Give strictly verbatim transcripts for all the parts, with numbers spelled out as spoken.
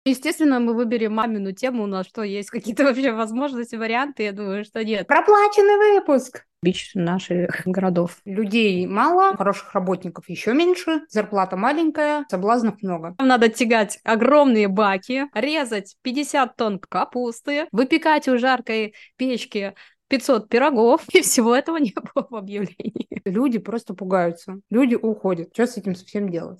Естественно, мы выберем мамину тему. У нас что, есть какие-то вообще возможности, варианты? Я думаю, что нет. Проплаченный выпуск. Бич наших городов. Людей мало, хороших работников еще меньше, зарплата маленькая, соблазнов много. Нам надо тягать огромные баки, резать пятьдесят тонн капусты, выпекать у жаркой печки пятьсот пирогов, и всего этого не было в объявлении. Люди просто пугаются, люди уходят. Что с этим совсем делать?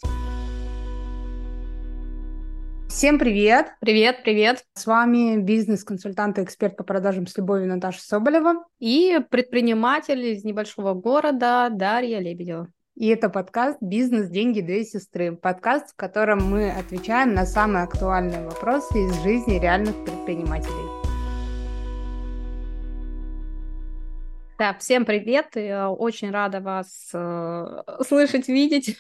Всем привет! Привет, привет. С вами бизнес-консультант и эксперт по продажам с любовью Наташа Соболева. И предприниматель из небольшого города Дарья Лебедева. И это подкаст «Бизнес. Деньги. Две сестры». Подкаст, в котором мы отвечаем на самые актуальные вопросы из жизни реальных предпринимателей. Да, всем привет. Я очень рада вас э, слышать, видеть.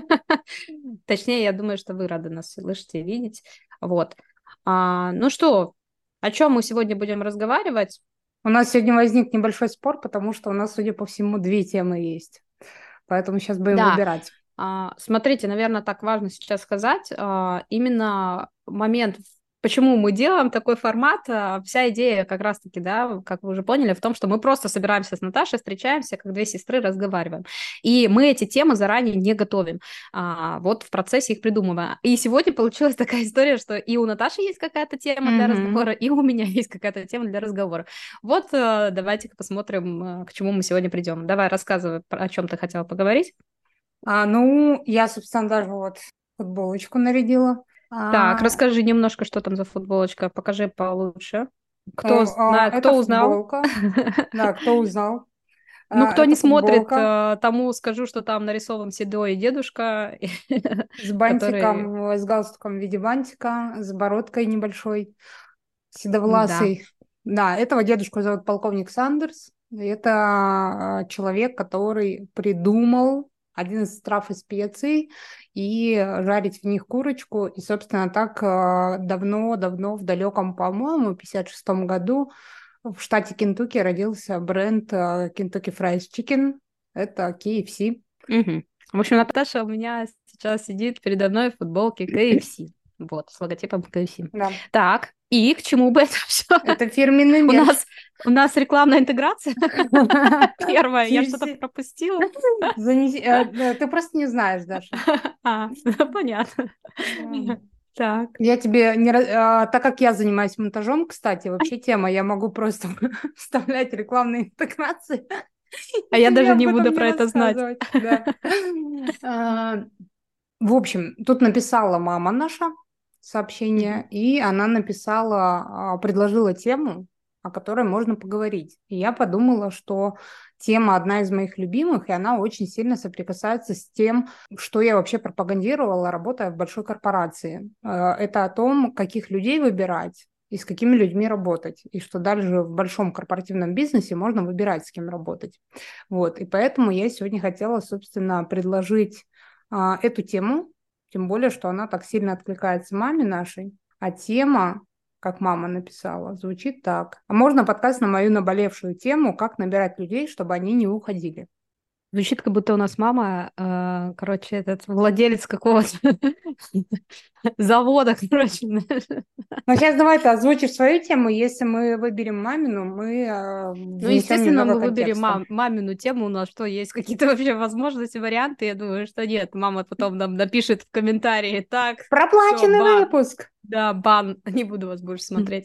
Точнее, я думаю, что вы рады нас слышать и видеть. Вот. А, ну что, о чем мы сегодня будем разговаривать? У нас сегодня возник небольшой спор, потому что у нас, судя по всему, две темы есть. Поэтому сейчас будем Да, выбирать. а, смотрите, наверное, так важно сейчас сказать. а, Именно момент, почему мы делаем такой формат, а, вся идея как раз-таки, да, как вы уже поняли, в том, что мы просто собираемся с Наташей, встречаемся, как две сестры, разговариваем. И мы эти темы заранее не готовим. а, Вот в процессе их придумываем. И сегодня получилась такая история, что и у Наташи есть какая-то тема для Угу. разговора, и у меня есть какая-то тема для разговора. Вот э, давайте-ка посмотрим, э, к чему мы сегодня придем. Давай, рассказывай, про- о чем ты хотела поговорить. А, ну, я, собственно, даже вот футболочку нарядила. Так, А, расскажи немножко, что там за футболочка, покажи получше. Кто а, знает, это кто узнал? футболка. Да, кто узнал? Ну, А, кто не это смотрит, футболка э, тому скажу, что там нарисован седой дедушка, с который... бантиком, с галстуком в виде бантика, с бородкой небольшой, Да. седовласый. Да, этого дедушку зовут полковник Сандерс. Это а, человек, который придумал один из трав и специй и жарить в них курочку. И, собственно, так а, давно-давно, в далеком, по-моему, пятьдесят шестом году в штате Кентукки родился бренд а, Kentucky Fried Chicken. Это кей эф си. Мгм. В общем, Наташа у меня сейчас сидит передо мной в футболке кей эф си. Вот, с логотипом кей эф си. Да, Так, и к чему бы это все? это фирменный У мерч. нас, у нас рекламная интеграция первая. Я что-то кей эф си. пропустила? Занеси- э, э, Ты просто не знаешь, Даша. А, понятно. Так. Я тебе не... раз- а, так как я занимаюсь монтажом, кстати, вообще тема, я могу просто вставлять рекламные интеграции А и я тебе даже об не буду этом не про это знать. рассказывать. Да. А, В общем, тут написала мама наша Мгм. сообщение, и она написала, а, предложила тему, о которой можно поговорить. И я подумала, что тема одна из моих любимых, и она очень сильно соприкасается с тем, что я вообще пропагандировала, работая в большой корпорации. Э, Это о том, каких людей выбирать и с какими людьми работать, и что даже в большом корпоративном бизнесе можно выбирать, с кем работать. Вот, и поэтому я сегодня хотела, собственно, предложить а, эту тему, тем более, что она так сильно откликается маме нашей, а тема, как мама написала, звучит так. А можно подкаст на мою наболевшую тему, как набирать людей, чтобы они не уходили. Звучит, как будто у нас мама, э, короче, этот владелец какого-то завода, короче. Ну, сейчас давай ты озвучишь свою тему. Если мы выберем мамину, мы э, Ну, внесем естественно, немного мы выберем контекста. мам- мамину тему. У нас что, есть какие-то вообще возможности, варианты? Я думаю, что нет. Мама потом нам напишет в комментарии. Так, все, Проплаченный бан. выпуск. Да, бан. Не буду вас больше смотреть.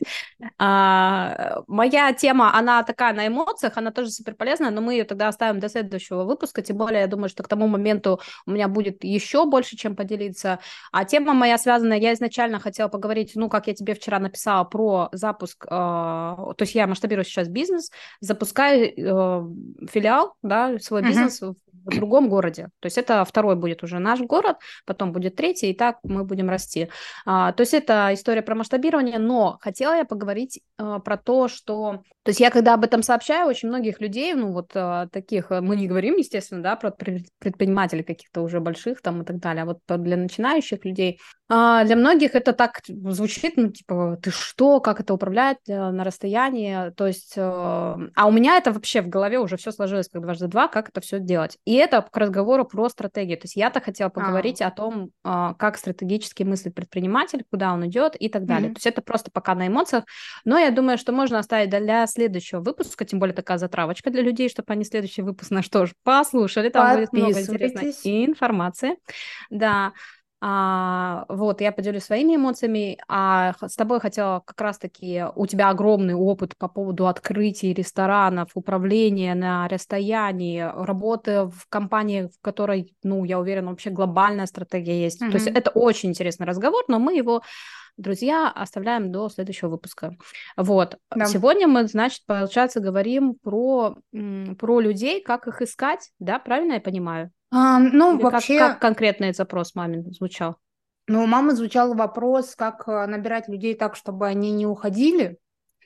А, моя тема, она такая на эмоциях, она тоже супер полезная, но мы ее тогда оставим до следующего выпуска. Тем более, я думаю, что к тому моменту у меня будет еще больше, чем поделиться. А тема моя связана, я изначально хотела поговорить, ну, как я тебе вчера написала, про запуск, э, то есть я масштабирую сейчас бизнес, запускаю э, филиал, да, свой Мгм. бизнес в в другом городе. То есть это второй будет уже наш город, потом будет третий, и так мы будем расти. А, то есть это история про масштабирование, но хотела я поговорить а, про то, что... То есть я когда об этом сообщаю, очень многих людей, ну вот а, таких, а, мы не говорим, естественно, да, про пред- предпринимателей каких-то уже больших там и так далее, а вот про- для начинающих людей, А, для многих это так звучит, ну, типа, ты что, как это управлять э, на расстоянии, то есть, э, а у меня это вообще в голове уже все сложилось как дважды два, как это все делать. И это к разговору про стратегию, то есть я-то хотела А, поговорить о том, а, как стратегически мыслит предприниматель, куда он идет и так далее. мгм. То есть это просто пока на эмоциях, но я думаю, что можно оставить для следующего выпуска, тем более такая затравочка для людей, чтобы они следующий выпуск на что ж послушали, там будет много интересной Подписывайтесь. информации. Да, а, вот, я поделюсь своими эмоциями, а х- с тобой хотела как раз-таки, у тебя огромный опыт по поводу открытий ресторанов, управления на расстоянии, работы в компании, в которой, ну, я уверена, вообще глобальная стратегия есть. То есть Мгм. это очень интересный разговор, но мы его, друзья, оставляем до следующего выпуска. Вот, Да. сегодня мы, значит, получается, говорим про, м, про людей, как их искать, да, правильно я понимаю? А, ну, Или как, как вообще, конкретный запрос мамин звучал? ну, у мамы звучал вопрос, как э, набирать людей так, чтобы они не уходили.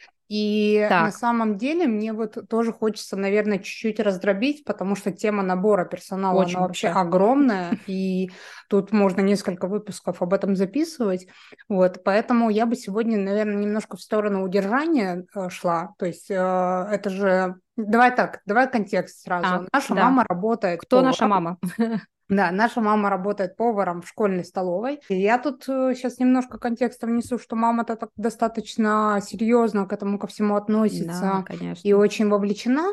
И на Так, самом деле мне вот тоже хочется, наверное, чуть-чуть раздробить, потому что тема набора персонала, она очень вообще большая. огромная, и тут можно несколько выпусков об этом записывать. Вот, поэтому я бы сегодня, наверное, немножко в сторону удержания э, шла. То есть э, это же... Давай так, давай контекст сразу. Так, Наша да. мама работает Кто наша поваром. мама? Да, наша мама работает поваром в школьной столовой. И я тут сейчас немножко контекста внесу, что мама-то так достаточно серьезно к этому ко всему Да, относится и конечно. очень вовлечена.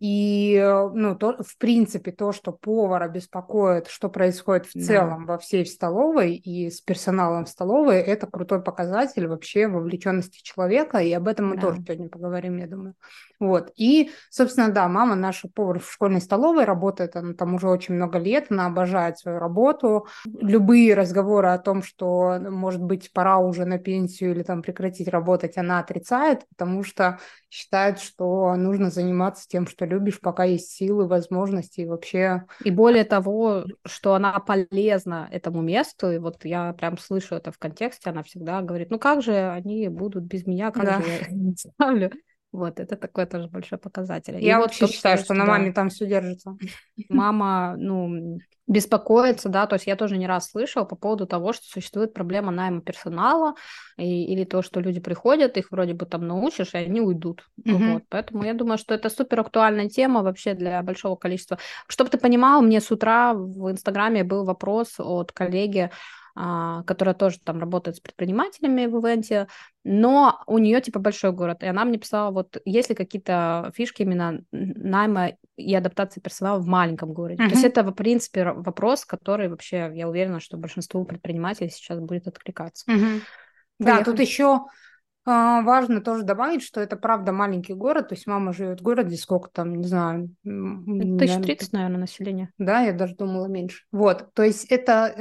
И, э, ну, то, в принципе, то, что повара беспокоит, что происходит в Да, целом во всей столовой и с персоналом в столовой, это крутой показатель вообще вовлеченности человека, и об этом мы тоже да, сегодня поговорим, я думаю. Вот. И, собственно, да, мама наша повар в школьной столовой, работает она там уже очень много лет, она обожает свою работу. Любые разговоры о том, что, может быть, пора уже на пенсию или там прекратить работать, она отрицает, потому что считает, что нужно заниматься тем, что любишь, пока есть силы, возможности и вообще... и более того, что она полезна этому месту, и вот я прям слышу это в контексте, она всегда говорит, ну как же они будут без меня, как Да, же я их не ставлю. Вот, это такой тоже большой показатель. И я вот в вообще том считаю, числе, что что на да, маме там все держится. мама, ну, беспокоится, да, то есть я тоже не раз слышала по поводу того, что существует проблема найма персонала, и, или то, что люди приходят, их вроде бы там научишь, и они уйдут. Мгм. Вот, поэтому я думаю, что это супер актуальная тема вообще для большого количества. Чтобы ты понимал, мне с утра в Инстаграме был вопрос от коллеги, а, которая тоже там работает с предпринимателями в ивенте, но у нее типа большой город, и она мне писала, вот есть ли какие-то фишки именно найма и адаптации персонала в маленьком городе. То есть Мгм. это, в принципе, р- вопрос, который вообще, я уверена, что большинству предпринимателей сейчас будет откликаться. Мгм. Да, тут Поехали. еще А, важно тоже добавить, что это правда маленький город, то есть мама живет в городе, сколько там, не знаю, Тысяч наверное, тридцать, наверное, населения. да, я даже думала меньше. Вот, то есть это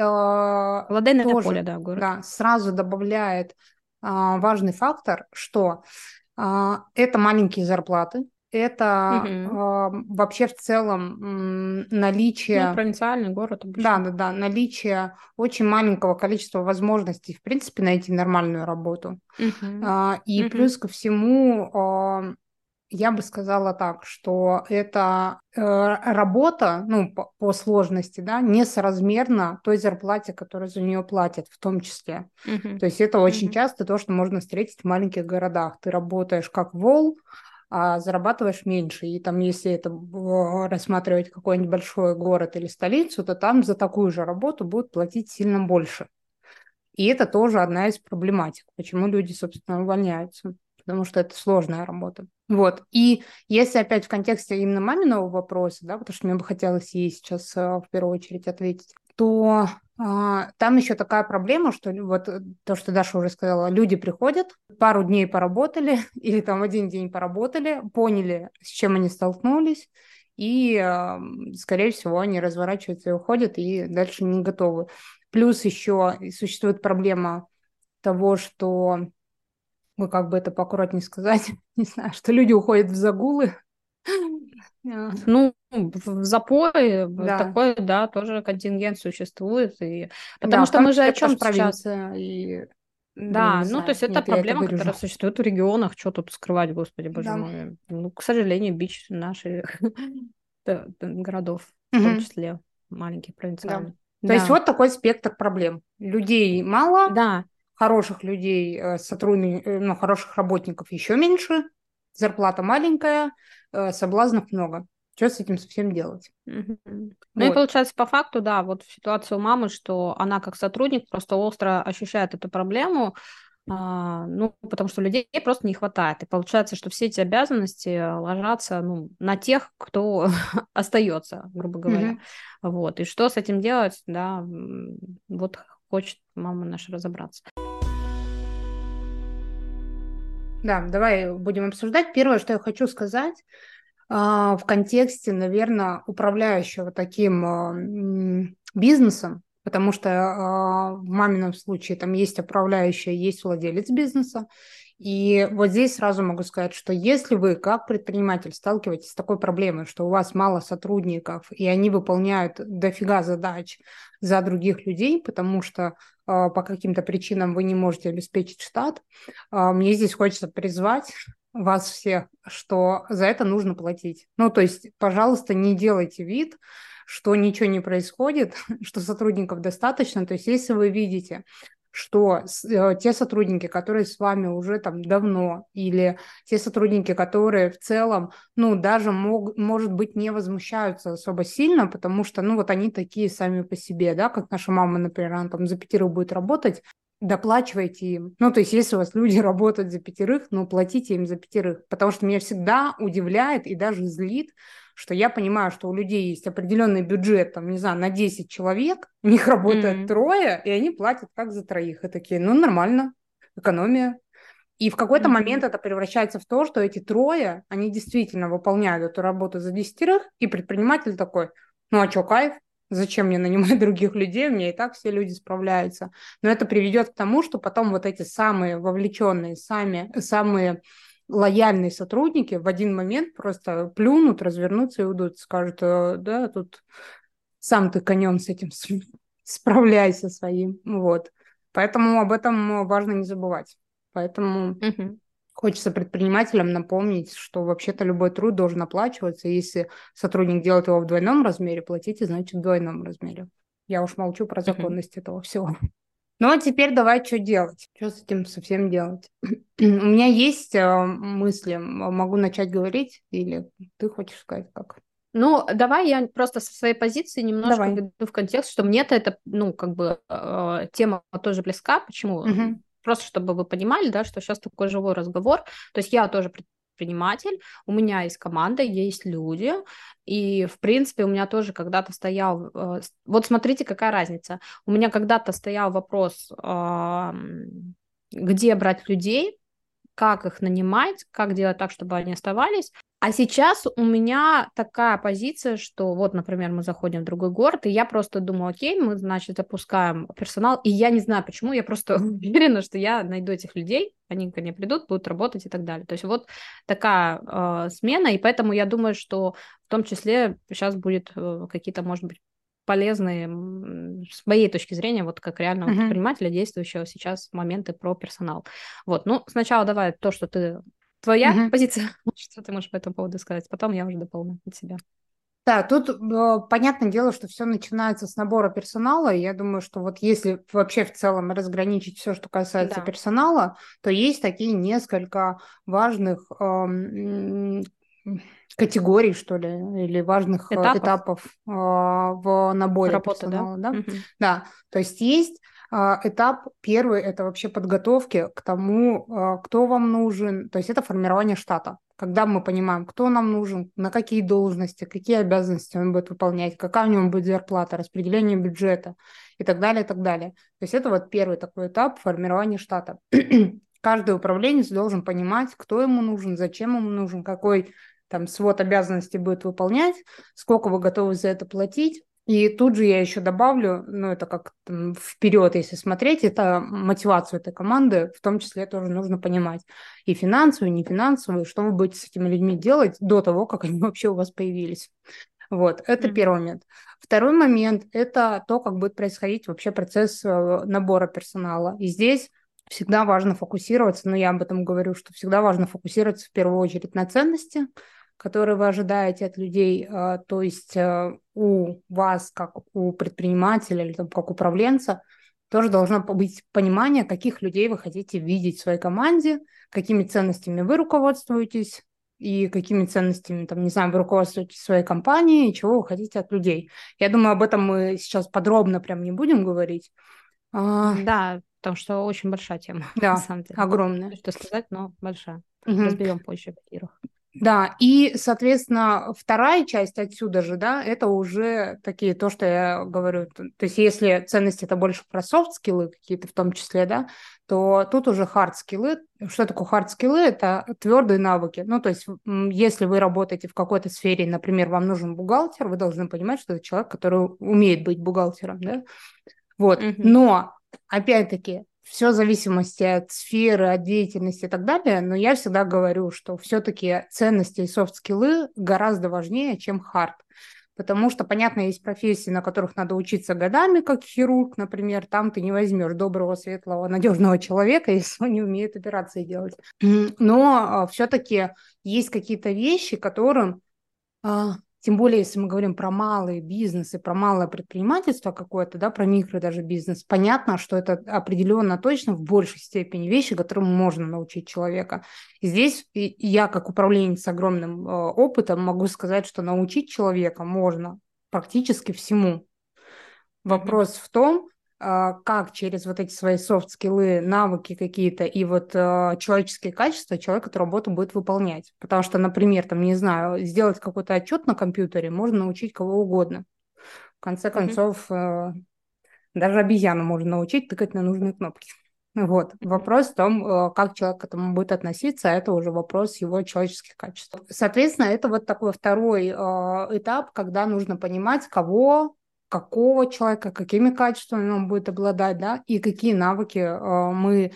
а, Ладейное поле, тоже, да, город. да, сразу добавляет а, важный фактор, что а, это маленькие зарплаты, это Мгм. а, вообще в целом м, Ну, наличие провинциальный город да, обычно. да, да, наличие очень маленького количества возможностей, в принципе, найти нормальную работу. Мгм. А, И Мгм. плюс ко всему, а, я бы сказала так, что эта э, работа, ну, по, по сложности, да, несоразмерна той зарплате, которую за нее платят в том числе. Мгм. То есть это очень Мгм. часто то, что можно встретить в маленьких городах. Ты работаешь как вол, а зарабатываешь меньше. И там, если это э, рассматривать какой-нибудь большой город или столицу, то там за такую же работу будут платить сильно больше. И это тоже одна из проблематик, почему люди, собственно, увольняются, потому что это сложная работа. Вот. И если опять в контексте именно маминого вопроса, да, потому что мне бы хотелось ей сейчас э, в первую очередь ответить, то а, там еще такая проблема, что лю- вот э, то, что Даша уже сказала, люди приходят, пару дней поработали или там один день поработали, поняли, с чем они столкнулись, и, а, скорее всего, они разворачиваются и уходят, и дальше не готовы. Плюс еще существует проблема того, что, ну, как бы это поаккуратнее сказать, не знаю, что люди уходят в загулы. А, Ну, в запое в Да, такой, да, тоже контингент существует. И... да, Потому в что том мы же о числе, потому чем что сейчас? провинция и, блин, Да, не ну то знаю, есть это нет, я это проблема, вырежу. которая существует в регионах. Что тут скрывать, господи, боже Да. мой. Ну, к сожалению, бич наших т- т- городов, в том Мгм. числе маленьких, Да. провинциальных. То есть Да, вот такой спектр проблем. Людей мало, да. хороших людей, э, сотрудников, ну, хороших работников еще меньше, зарплата маленькая, э, соблазнов много. Что с этим совсем делать? Мгм. Ну и Вот. получается, по факту, да, вот в ситуации у мамы, что она как сотрудник просто остро ощущает эту проблему, а, ну, потому что людей просто не хватает. И получается, что все эти обязанности ложатся, ну, на тех, кто остается, грубо говоря. Мгм. Вот. И что с этим делать, да, м, вот хочет мама наша разобраться. Да, давай будем обсуждать. Первое, что я хочу сказать, а, в контексте, наверное, управляющего таким а, м, бизнесом, потому что а, в мамином случае там есть управляющая, есть владелец бизнеса. И вот здесь сразу могу сказать, что если вы как предприниматель сталкиваетесь с такой проблемой, что у вас мало сотрудников, и они выполняют дофига задач за других людей, потому что а, по каким-то причинам вы не можете обеспечить штат, а, мне здесь хочется призвать вас всех, что за это нужно платить. Ну, то есть, пожалуйста, не делайте вид, что ничего не происходит, что сотрудников достаточно. То есть, если вы видите, что с- э, те сотрудники, которые с вами уже там давно, или те сотрудники, которые в целом, ну, даже мог, может быть, не возмущаются особо сильно, потому что, ну, вот они такие сами по себе, да, как наша мама, например, она там за пятерых будет работать, доплачивайте им. Ну, то есть, если у вас люди работают за пятерых, ну, платите им за пятерых. Потому что меня всегда удивляет и даже злит, что я понимаю, что у людей есть определенный бюджет, там, не знаю, на десять человек, у них работает М, трое, и они платят как за троих. И такие, ну, нормально, экономия. И в какой-то момент мгм, это превращается в то, что эти трое, они действительно выполняют эту работу за десятерых, и предприниматель такой, ну а что, кайф? Зачем мне нанимать других людей? У меня и так все люди справляются. Но это приведет к тому, что потом вот эти самые вовлеченные, сами, самые лояльные сотрудники в один момент просто плюнут, развернутся и уйдут, скажут, «Э, да, тут сам ты конем с этим с- справляйся своим. Вот. Поэтому об этом важно не забывать. Поэтому мгм. хочется предпринимателям напомнить, что вообще-то любой труд должен оплачиваться. И если сотрудник делает его в двойном размере, платите, значит, в двойном размере. Я уж молчу про Мгм. законность этого всего. Ну, а теперь давай что делать? Что с этим совсем делать? У меня есть э, мысли, м- могу начать говорить, или ты хочешь сказать как? Ну, давай я просто со своей позиции немножко Давай. введу в контекст, что мне-то это, ну, как бы э, тема тоже близка. Почему? Мгм. Просто чтобы вы понимали, да, что сейчас такой живой разговор. То есть я тоже предприниматель, у меня есть команда, есть люди, и, в принципе, у меня тоже когда-то стоял... э, с- вот смотрите, какая разница. У меня когда-то стоял вопрос, а, м, где брать людей, как их нанимать, как делать так, чтобы они оставались. А сейчас у меня такая позиция, что вот, например, мы заходим в другой город, и я просто думаю, окей, мы, значит, запускаем персонал, и я не знаю почему, я просто уверена, что я найду этих людей, они ко мне придут, будут работать и так далее. То есть вот такая э, смена, и поэтому я думаю, что в том числе сейчас будет э, какие-то, может быть, полезные м, с моей точки зрения, вот как реального Мгм. предпринимателя, действующего сейчас моменты про персонал. Вот, ну, сначала давай то, что ты... Твоя Мгм. позиция, что ты можешь по этому поводу сказать, потом я уже дополню от себя. Да, тут э, понятное дело, что все начинается с набора персонала. И я думаю, что вот если вообще в целом разграничить все, что касается Да, персонала, то есть такие несколько важных эм, м, категорий, что ли, или важных э, этапов этапов э, в наборе работы, да? персонала, да? Мгм. Да, то есть есть э, этап первый, это вообще подготовки к тому, э, кто вам нужен, то есть это формирование штата. Когда мы понимаем, кто нам нужен, на какие должности, какие обязанности он будет выполнять, какая у него будет зарплата, распределение бюджета и так далее, и так далее. То есть это вот первый такой этап формирования штата. Каждый управленец должен понимать, кто ему нужен, зачем ему нужен, какой там свод обязанностей будет выполнять, сколько вы готовы за это платить. И тут же я еще добавлю, ну это как там, вперед, если смотреть, это мотивацию этой команды, в том числе тоже нужно понимать и финансовую, и нефинансовую, что вы будете с этими людьми делать до того, как они вообще у вас появились. Вот, это Мгм. первый момент. Второй момент– это то, как будет происходить вообще процесс э, набора персонала. И здесь всегда важно фокусироваться, но я об этом говорю, что всегда важно фокусироваться в первую очередь на ценности, которые вы ожидаете от людей, э, то есть э, у вас, как у предпринимателя или там, как управленца, тоже должно быть понимание, каких людей вы хотите видеть в своей команде, какими ценностями вы руководствуетесь и какими ценностями, там, не знаю, вы руководствуетесь своей компанией, и чего вы хотите от людей. Я думаю, об этом мы сейчас подробно прям не будем говорить. А, Да, потому что очень большая тема, на да, самом деле. огромная. Что сказать, но большая. Мгм. Разберем позже, во-первых. Да, и, соответственно, вторая часть отсюда же, да, это уже такие, то, что я говорю, то, то есть если ценность это больше про софт-скиллы какие-то в том числе, да, то тут уже хард-скиллы. Что такое хард-скиллы? Это твердые навыки. Ну, то есть м, если вы работаете в какой-то сфере, например, вам нужен бухгалтер, вы должны понимать, что это человек, который умеет быть бухгалтером, да, вот. Мгм. Но, опять-таки, все в зависимости от сферы, от деятельности и так далее, но я всегда говорю, что все-таки ценности и софт-скиллы гораздо важнее, чем хард. Потому что, понятно, есть профессии, на которых надо учиться годами, как хирург, например, там ты не возьмешь доброго, светлого, надежного человека, если он не умеет операции делать. М, Но все-таки есть какие-то вещи, которым а, тем более, если мы говорим про малые бизнесы, про малое предпринимательство какое-то, да, про микро даже бизнес, понятно, что это определенно точно в большей степени вещи, которым можно научить человека. И здесь и я, как управленец с огромным э, опытом, могу сказать, что научить человека можно практически всему. Мгм. Вопрос в том, а, как через вот эти свои софт-скиллы, навыки какие-то и вот а, человеческие качества человек эту работу будет выполнять. Потому что, например, там, не знаю, сделать какой-то отчет на компьютере можно научить кого угодно. В конце Мгм. концов, а, даже обезьяну можно научить тыкать на нужные кнопки. Вот. Мгм. Вопрос в том, а, как человек к этому будет относиться, а это уже вопрос его человеческих качеств. Соответственно, это вот такой второй а, этап, когда нужно понимать, кого какого человека, какими качествами он будет обладать, да, и какие навыки э, мы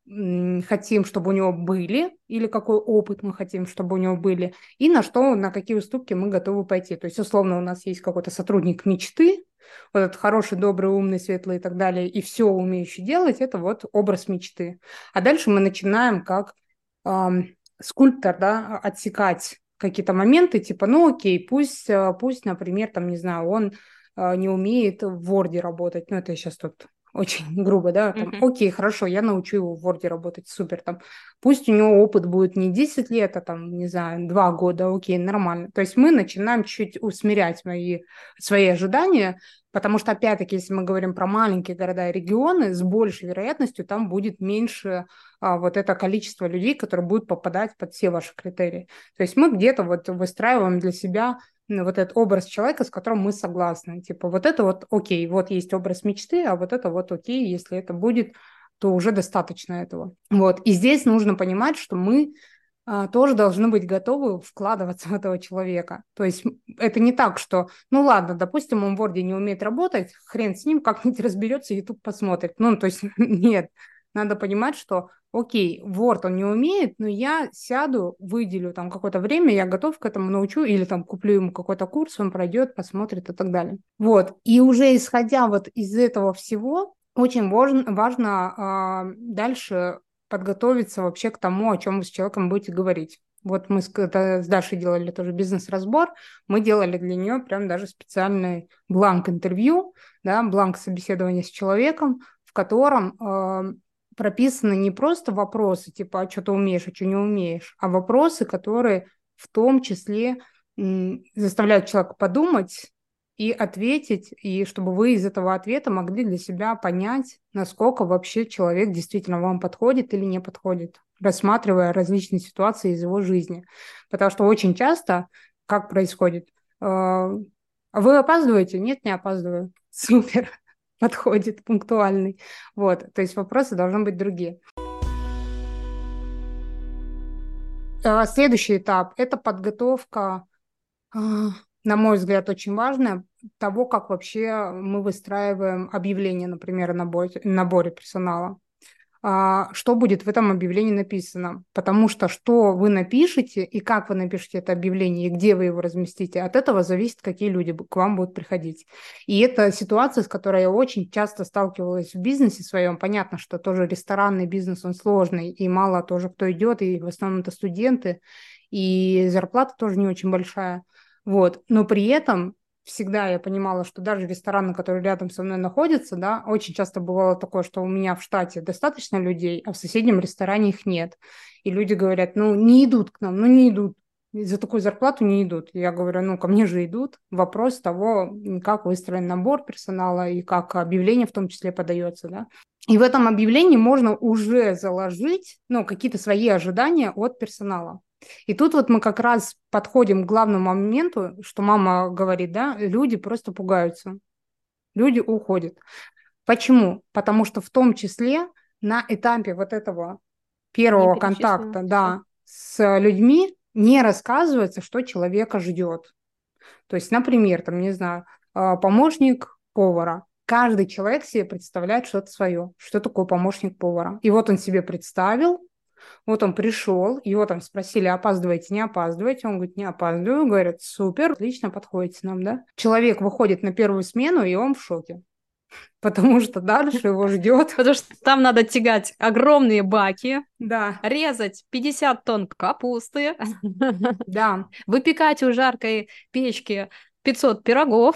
м, хотим, чтобы у него были, или какой опыт мы хотим, чтобы у него были, и на что, на какие уступки мы готовы пойти. То есть, условно, у нас есть какой-то сотрудник мечты, вот этот хороший, добрый, умный, светлый и так далее, и все умеющий делать, это вот образ мечты. А дальше мы начинаем как эм, скульптор, да, отсекать какие-то моменты, типа, ну окей, пусть, э, пусть, например, там, не знаю, он э, не умеет в Word работать, ну это я сейчас тут очень грубо, да, там, Мгм. окей, хорошо, я научу его в Word работать, супер, там, пусть у него опыт будет не десять лет, а там, не знаю, два года, окей, нормально. То есть мы начинаем чуть усмирять мои, свои ожидания, потому что, опять-таки, если мы говорим про маленькие города и регионы, с большей вероятностью там будет меньше а, вот это количество людей, которые будут попадать под все ваши критерии. То есть мы где-то вот выстраиваем для себя ну, вот этот образ человека, с которым мы согласны. Типа вот это вот окей, вот есть образ мечты, а вот это вот окей, если это будет, то уже достаточно этого. Вот. И здесь нужно понимать, что мы а, тоже должны быть готовы вкладываться в этого человека. То есть это не так, что, ну ладно, допустим, он в Word не умеет работать, хрен с ним, как-нибудь разберется, YouTube посмотрит. Ну, то есть нет, надо понимать, что окей, Word он не умеет, но я сяду, выделю там какое-то время, я готов к этому научу, или там куплю ему какой-то курс, он пройдет, посмотрит и так далее. Вот, и уже исходя вот из этого всего, очень важно, важно а, дальше подготовиться вообще к тому, о чем вы с человеком будете говорить. Вот мы с, это, с Дашей делали тоже бизнес-разбор, мы делали для нее прям даже специальный бланк интервью, да, бланк собеседования с человеком, в котором э, прописаны не просто вопросы, типа, а что ты умеешь, а что не умеешь, а вопросы, которые в том числе м, заставляют человека подумать и ответить, и чтобы вы из этого ответа могли для себя понять, насколько вообще человек действительно вам подходит или не подходит, рассматривая различные ситуации из его жизни. Потому что очень часто, как происходит, э, а вы опаздываете? Нет, не опаздываю. Супер, подходит, пунктуальный. Вот, то есть вопросы должны быть другие. А, Следующий этап– это подготовка, а, на мой взгляд, очень важная, того, как вообще мы выстраиваем объявление, например, о наборе, наборе персонала. а, что будет в этом объявлении написано. Потому что что вы напишете и как вы напишете это объявление, и где вы его разместите, от этого зависит, какие люди к вам будут приходить. И это ситуация, с которой я очень часто сталкивалась в бизнесе своем. Понятно, что тоже ресторанный бизнес, он сложный, и мало тоже кто идет, и в основном это студенты, и зарплата тоже не очень большая. Вот. Но при этом всегда я понимала, что даже рестораны, которые рядом со мной находятся, да, очень часто бывало такое, что у меня в штате достаточно людей, а в соседнем ресторане их нет. И люди говорят, ну, не идут к нам, ну, не идут. За такую зарплату не идут. Я говорю, ну, ко мне же идут. Вопрос того, как выстроен набор персонала и как объявление в том числе подается, да. И в этом объявлении можно уже заложить, ну, какие-то свои ожидания от персонала. И тут вот мы как раз подходим к главному моменту, что мама говорит, да, люди просто пугаются, люди уходят. Почему? Потому что в том числе на этапе вот этого Не первого перечислено контакта, все. да, с людьми не рассказывается, что человека ждет. То есть, например, там, не знаю, а, помощник повара. Каждый человек себе представляет что-то свое, что такое помощник повара. И вот он себе представил, вот он пришел, его там спросили, опаздываете, не опаздываете? Он говорит, не опаздываю. Говорят, супер, отлично, подходите нам, да? Человек выходит на первую смену, и он в шоке, потому что дальше его ждет. Потому что там надо тягать огромные баки, Да, резать пятьдесят тонн капусты, да, выпекать у жаркой печки пятьсот пирогов,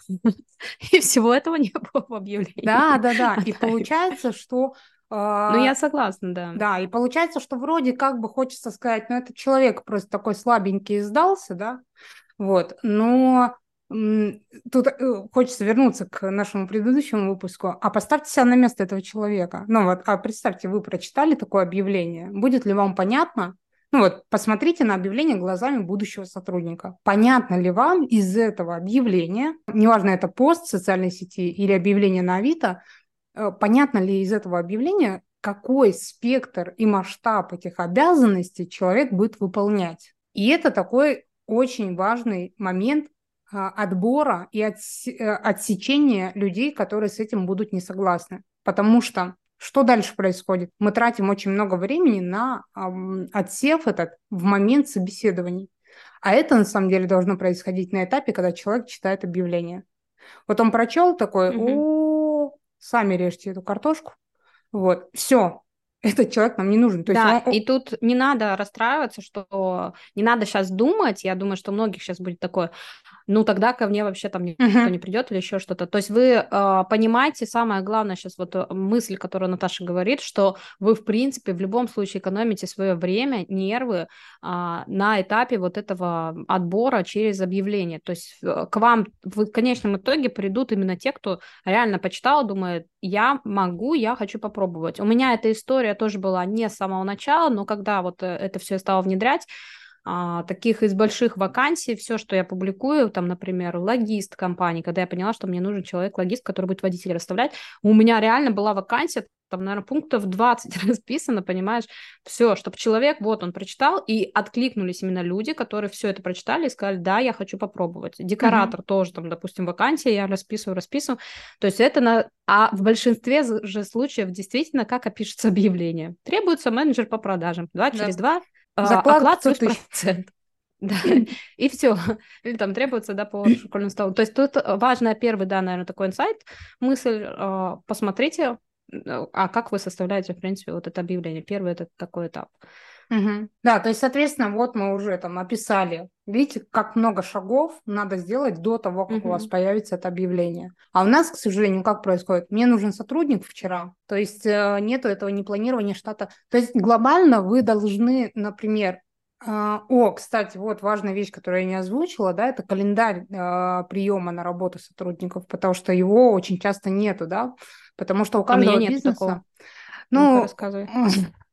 и всего этого не было в да, объявлении. да, да. А И так- получается, что Ну, я а, согласна, да. да, и получается, что вроде как бы хочется сказать, ну, этот человек просто такой слабенький и сдался, да, вот, но м, тут э, хочется вернуться к нашему предыдущему выпуску, а поставьте себя на место этого человека, ну вот, а представьте, вы прочитали такое объявление, будет ли вам понятно, ну вот, посмотрите на объявление глазами будущего сотрудника, понятно ли вам из этого объявления, неважно, это пост в социальной сети или объявление на Авито, э, понятно ли из этого объявления, какой спектр и масштаб этих обязанностей человек будет выполнять. И это такой очень важный момент а, отбора и отс- э, отсечения людей, которые с этим будут не согласны. Потому что что дальше происходит? Мы тратим очень много времени на ам, отсев этот в момент собеседований. А это на самом деле должно происходить на этапе, когда человек читает объявление. Вот он прочел такой, Мгм. о, сами режьте эту картошку. Вот, все, этот человек нам не нужен. То есть Да, он, и о- тут не надо расстраиваться, что не надо сейчас думать. Я думаю, что у многих сейчас будет такое: ну тогда ко мне вообще там никто Мгм. не придет или еще что-то. То есть вы э, понимаете, самое главное сейчас вот э, мысль, которую Наташа говорит, что вы в принципе в любом случае экономите свое время, нервы а, на этапе вот этого отбора через объявление. То есть э, к вам в конечном итоге придут именно те, кто реально почитал, думает, я могу, я хочу попробовать. У меня эта история тоже была не с самого начала, но когда вот э, это все я стала внедрять, а, таких из больших вакансий, все, что я публикую, там, например, логист компании, когда я поняла, что мне нужен человек-логист, который будет водителей расставлять, у меня реально была вакансия, там, наверное, пунктов двадцать расписано, понимаешь, все, чтобы человек, вот он прочитал, и откликнулись именно люди, которые все это прочитали и сказали, да, я хочу попробовать. Мгм. Декоратор тоже, там, допустим, вакансия, я расписываю, расписываю, то есть это на... А в большинстве же случаев действительно, как опишется объявление. Требуется менеджер по продажам. Два через Да. два, а, Заклад оклад пятьсот плюс тысяч. процент. Да, и все. Или там требуется, да, по школьному столу. То есть тут важно, первый, да, наверное, такой инсайт, мысль, а, посмотрите, э, а как вы составляете, в принципе, вот это объявление. Первый это такой этап. Мгм. Да, то есть, соответственно, вот мы уже там описали. Видите, как много шагов надо сделать до того, как у вас Мгм. появится это объявление. А у нас, к сожалению, как происходит? Мне нужен сотрудник вчера. То есть э, нету этого не планирования штата. То есть глобально вы должны, например, а, о, кстати, вот важная вещь, которую я не озвучила, да, это календарь а, приема на работу сотрудников, потому что его очень часто нету, да, потому что у А у меня каждого нету бизнеса, такого. Ну-ка, ну, рассказывай.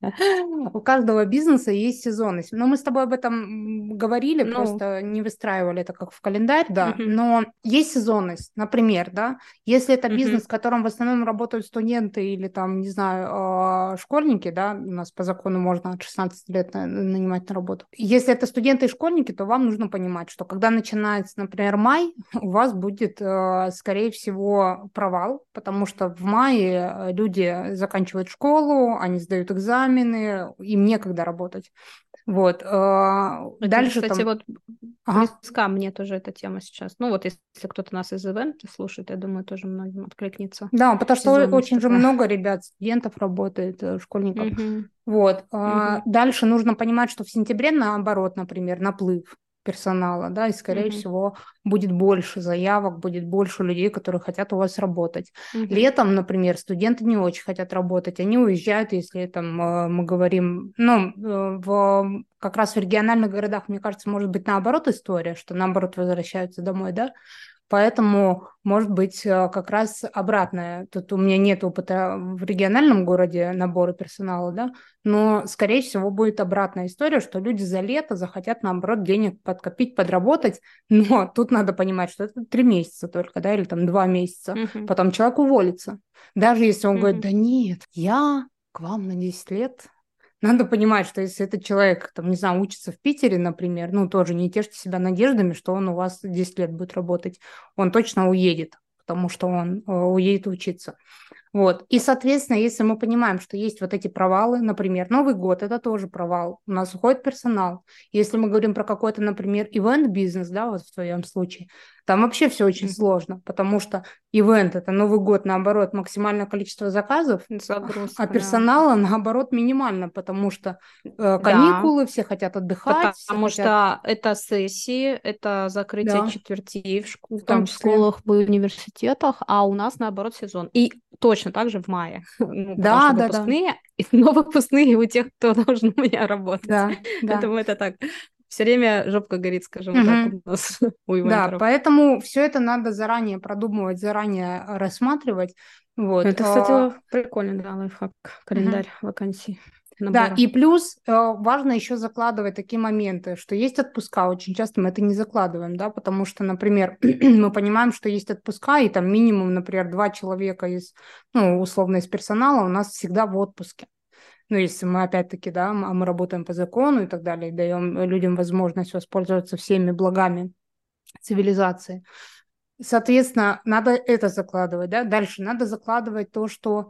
У каждого бизнеса есть сезонность. Но мы с тобой об этом говорили, Ну, просто не выстраивали это как в календарь, да. мгм, Но есть сезонность, например, да. Если это мгм, бизнес, в котором в основном работают студенты или там, не знаю, а, школьники, да, у нас по закону можно от шестнадцати лет на- нанимать на работу. Если это студенты и школьники, то вам нужно понимать, что когда начинается, например, май, у вас будет, э, скорее всего, провал, потому что в мае э, люди заканчивают школу, они сдают экзамены, им некогда работать. Вот. э, это, Дальше кстати, там... вот Ага. близка мне тоже эта тема сейчас. Ну, вот если кто-то нас из ивента слушает, я думаю, тоже многим откликнется. Да, потому что о- Сезонность очень же такая. много ребят, студентов работает, э, школьников. Мгм, Вот. а, мгм, Дальше нужно понимать, что в сентябре, наоборот, например, наплыв персонала, да, и, скорее мгм, всего, будет больше заявок, будет больше людей, которые хотят у вас работать. мгм, Летом, например, студенты не очень хотят работать, они уезжают, если там э, мы говорим, ну, э, в, как раз в региональных городах, мне кажется, может быть наоборот история, что наоборот возвращаются домой, да, поэтому, может быть, э, как раз обратное. Тут у меня нет опыта в региональном городе набора персонала, да, но, скорее всего, будет обратная история, что люди за лето захотят, наоборот, денег подкопить, подработать, но тут надо понимать, что это три месяца только, да, или там два месяца. мгм, Потом человек уволится. Даже если он говорит, мгм, да нет, я к вам на десять лет, надо понимать, что если этот человек, там, не знаю, учится в Питере, например, ну, тоже не тешьте себя надеждами, что он у вас десять лет будет работать. Он точно уедет, потому что он э, уедет учиться. Вот. И, соответственно, если мы понимаем, что есть вот эти провалы, например, Новый год– это тоже провал, у нас уходит персонал. Если мы говорим про какой-то, например, ивент-бизнес, да, вот в твоем случае, там вообще все очень мгм. сложно, потому что ивент– это Новый год, наоборот, максимальное количество заказов, а Загрузка, да. персонала, наоборот, минимально, потому что э, Да, каникулы, все хотят отдыхать, все потому хотят, что это сессии, это закрытие да, четвертей в, шк- в том там, в числе. школах, в университетах, а у нас, наоборот, сезон. И точно так же в мае, ну, потому что Да, да, да, выпускные, но выпускные у тех, кто должен у меня работать. да, да. Поэтому это так. Все время жопка горит, скажем так, Мгм. у нас, у Да, ивентеров. поэтому все это надо заранее продумывать, заранее э, рассматривать. Вот. Это, а, кстати, прикольно, да, лайфхак, мгм. календарь вакансий, Да, набора. и плюс э, важно еще закладывать такие моменты, что есть отпуска, очень часто мы это не закладываем, да, потому что, например, мы понимаем, что есть отпуска, и там минимум, например, два человека из, ну, условно, из персонала у нас всегда в отпуске. Ну, если мы опять-таки, да, м- а мы работаем по закону и так далее, и даем людям возможность воспользоваться всеми благами цивилизации. Соответственно, надо это закладывать, да. Дальше надо закладывать то, что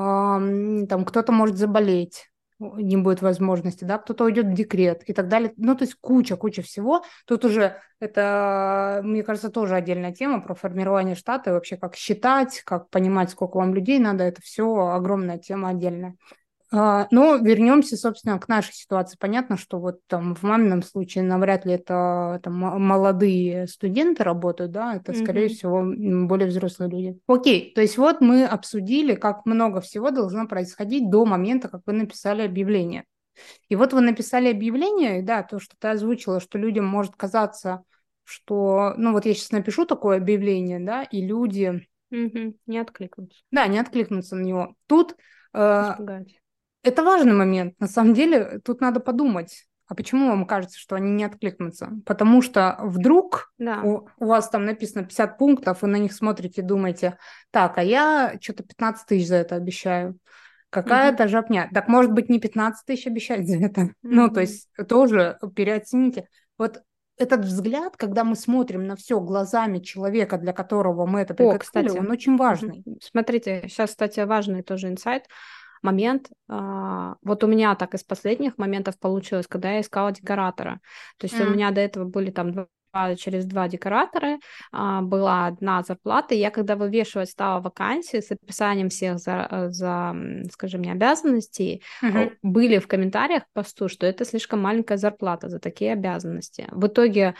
ам, там кто-то может заболеть, не будет возможности, да, кто-то уйдет в декрет и так далее. Ну, то есть куча-куча всего. Тут уже это, мне кажется, тоже отдельная тема про формирование штата и вообще как считать, как понимать, сколько вам людей надо. Это все огромная тема отдельная. А, Но вернемся, собственно, к нашей ситуации. Понятно, что вот там в мамином случае навряд ли это там, м- молодые студенты работают, да, это, скорее Мгм. всего, м, более взрослые люди. Окей, то есть вот мы обсудили, как много всего должно происходить до момента, как вы написали объявление. И вот вы написали объявление, и да, то, что ты озвучила, что людям может казаться, что, ну вот я сейчас напишу такое объявление, да, и люди, Мгм. Не откликнуться, да, не откликнутся на него. Тут э, испугать. это важный момент. На самом деле, тут надо подумать, а почему вам кажется, что они не откликнутся? Потому что вдруг Да. у, у вас там написано пятьдесят пунктов, вы на них смотрите и думаете, так, а я что-то пятнадцать тысяч за это обещаю. Мгм. Какая-то жопня. Так может быть не пятнадцать тысяч обещать за это? Ну, то Мгм. есть тоже переоцените. Вот этот взгляд, когда мы смотрим на все глазами человека, для которого мы это О, приготовили, он кстати, очень мгм. важный. Смотрите, сейчас, кстати, важный тоже инсайт, момент. А, Вот у меня так из последних моментов получилось, когда я искала декоратора. То есть у М, меня до этого были там два через два декоратора, а, была одна зарплата, и я когда вывешивать стала вакансии с описанием всех за, э, за, м, скажи мне, обязанностей, э, мгм. были в комментариях к посту, что это слишком маленькая зарплата за такие обязанности. В итоге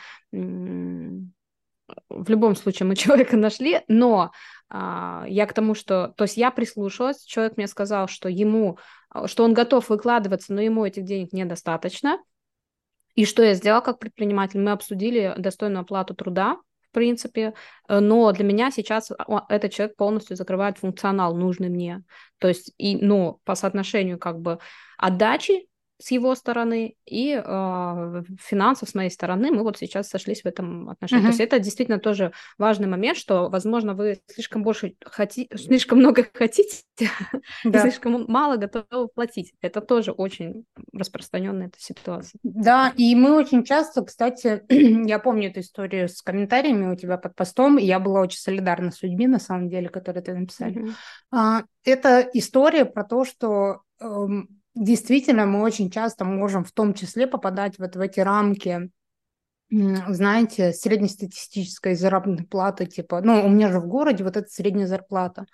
м, в любом случае мы человека нашли, но а, я к тому, что, то есть я прислушалась, человек мне сказал, что ему, а, что он готов выкладываться, но ему этих денег недостаточно. И что я сделала как предприниматель? Мы обсудили достойную оплату труда принципе, э, но для меня сейчас о- этот человек полностью закрывает функционал, нужный мне. То есть, и, ну, по соотношению как бы отдачи с его стороны и э, финансов с моей стороны мы вот сейчас сошлись в этом отношении. То есть Мгм. это действительно тоже важный момент, что, возможно, вы слишком больше хотите, слишком много хотите и Да. слишком мало готовы платить. Это тоже очень распространенная эта ситуация. Да, и мы очень часто, кстати, я помню эту историю с комментариями у тебя под постом, и я была очень солидарна с людьми, на самом деле, которые это написали. Мгм. А, Это история про то, что эм, действительно мы очень часто можем в том числе попадать вот в эти рамки, м, знаете, среднестатистической заработной платы, типа, ну, у меня же в городе вот эта средняя зарплата.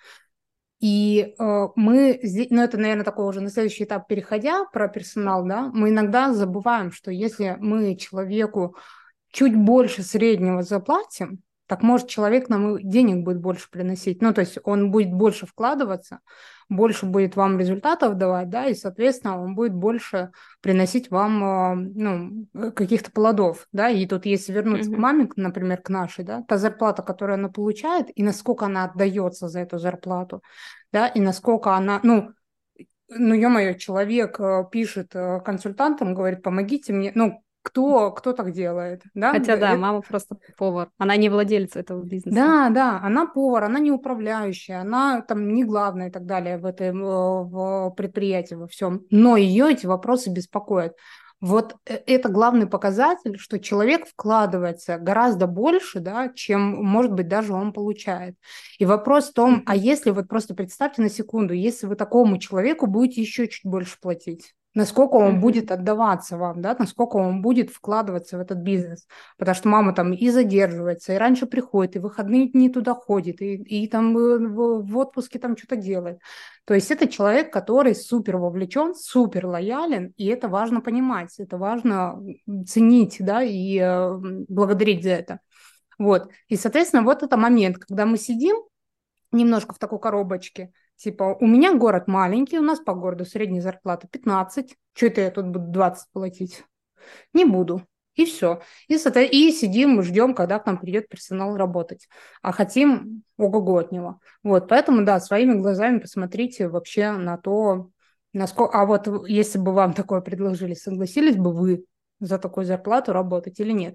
И э, мы здесь, ну это, наверное, такой уже на следующий этап переходя про персонал, да, мы иногда забываем, что если мы человеку чуть больше среднего заплатим, так может человек нам и денег будет больше приносить. Ну, то есть он будет больше вкладываться, больше будет вам результатов давать, да, и, соответственно, он будет больше приносить вам, э, ну, э, каких-то плодов, да, и тут если вернуться к Мгм. маме, к- например, к нашей, да, та зарплата, которую она получает, и насколько она отдается за эту зарплату, да, и насколько она, ну, ну, ё-моё, человек э, пишет э, консультантам, говорит, помогите мне, ну, кто, кто так делает, да? Хотя да, Э, мама просто повар. Она не владелец этого бизнеса. Да, да, она повар, она не управляющая, она там не главная и так далее в этом э, в предприятии во всем, но ее эти вопросы беспокоят. Вот э, это главный показатель, что человек вкладывается гораздо больше, да, чем, может быть, даже он получает. И вопрос в том, а Мгм. если вот просто представьте на секунду, если вы такому человеку будете еще чуть больше платить, насколько он Мгм. будет отдаваться вам, да, насколько он будет вкладываться в этот бизнес. Потому что мама там и задерживается, и раньше приходит, и в выходные дни туда ходит, и, и там э, в, в отпуске там что-то делает. То есть это человек, который супер вовлечен, супер лоялен, и это важно понимать, это важно ценить, да, и э, благодарить за это. Вот. И, соответственно, вот это момент, когда мы сидим немножко в такой коробочке, типа, у меня город маленький, у нас по городу средняя зарплата пятнадцать, что это я тут буду двадцать платить? Не буду. И все. И, соответ- и сидим, ждем, когда к нам придет персонал работать. А хотим ого-го от него. Вот, поэтому, да, своими глазами посмотрите вообще на то, насколько... А вот если бы вам такое предложили, согласились бы вы за такую зарплату работать или нет?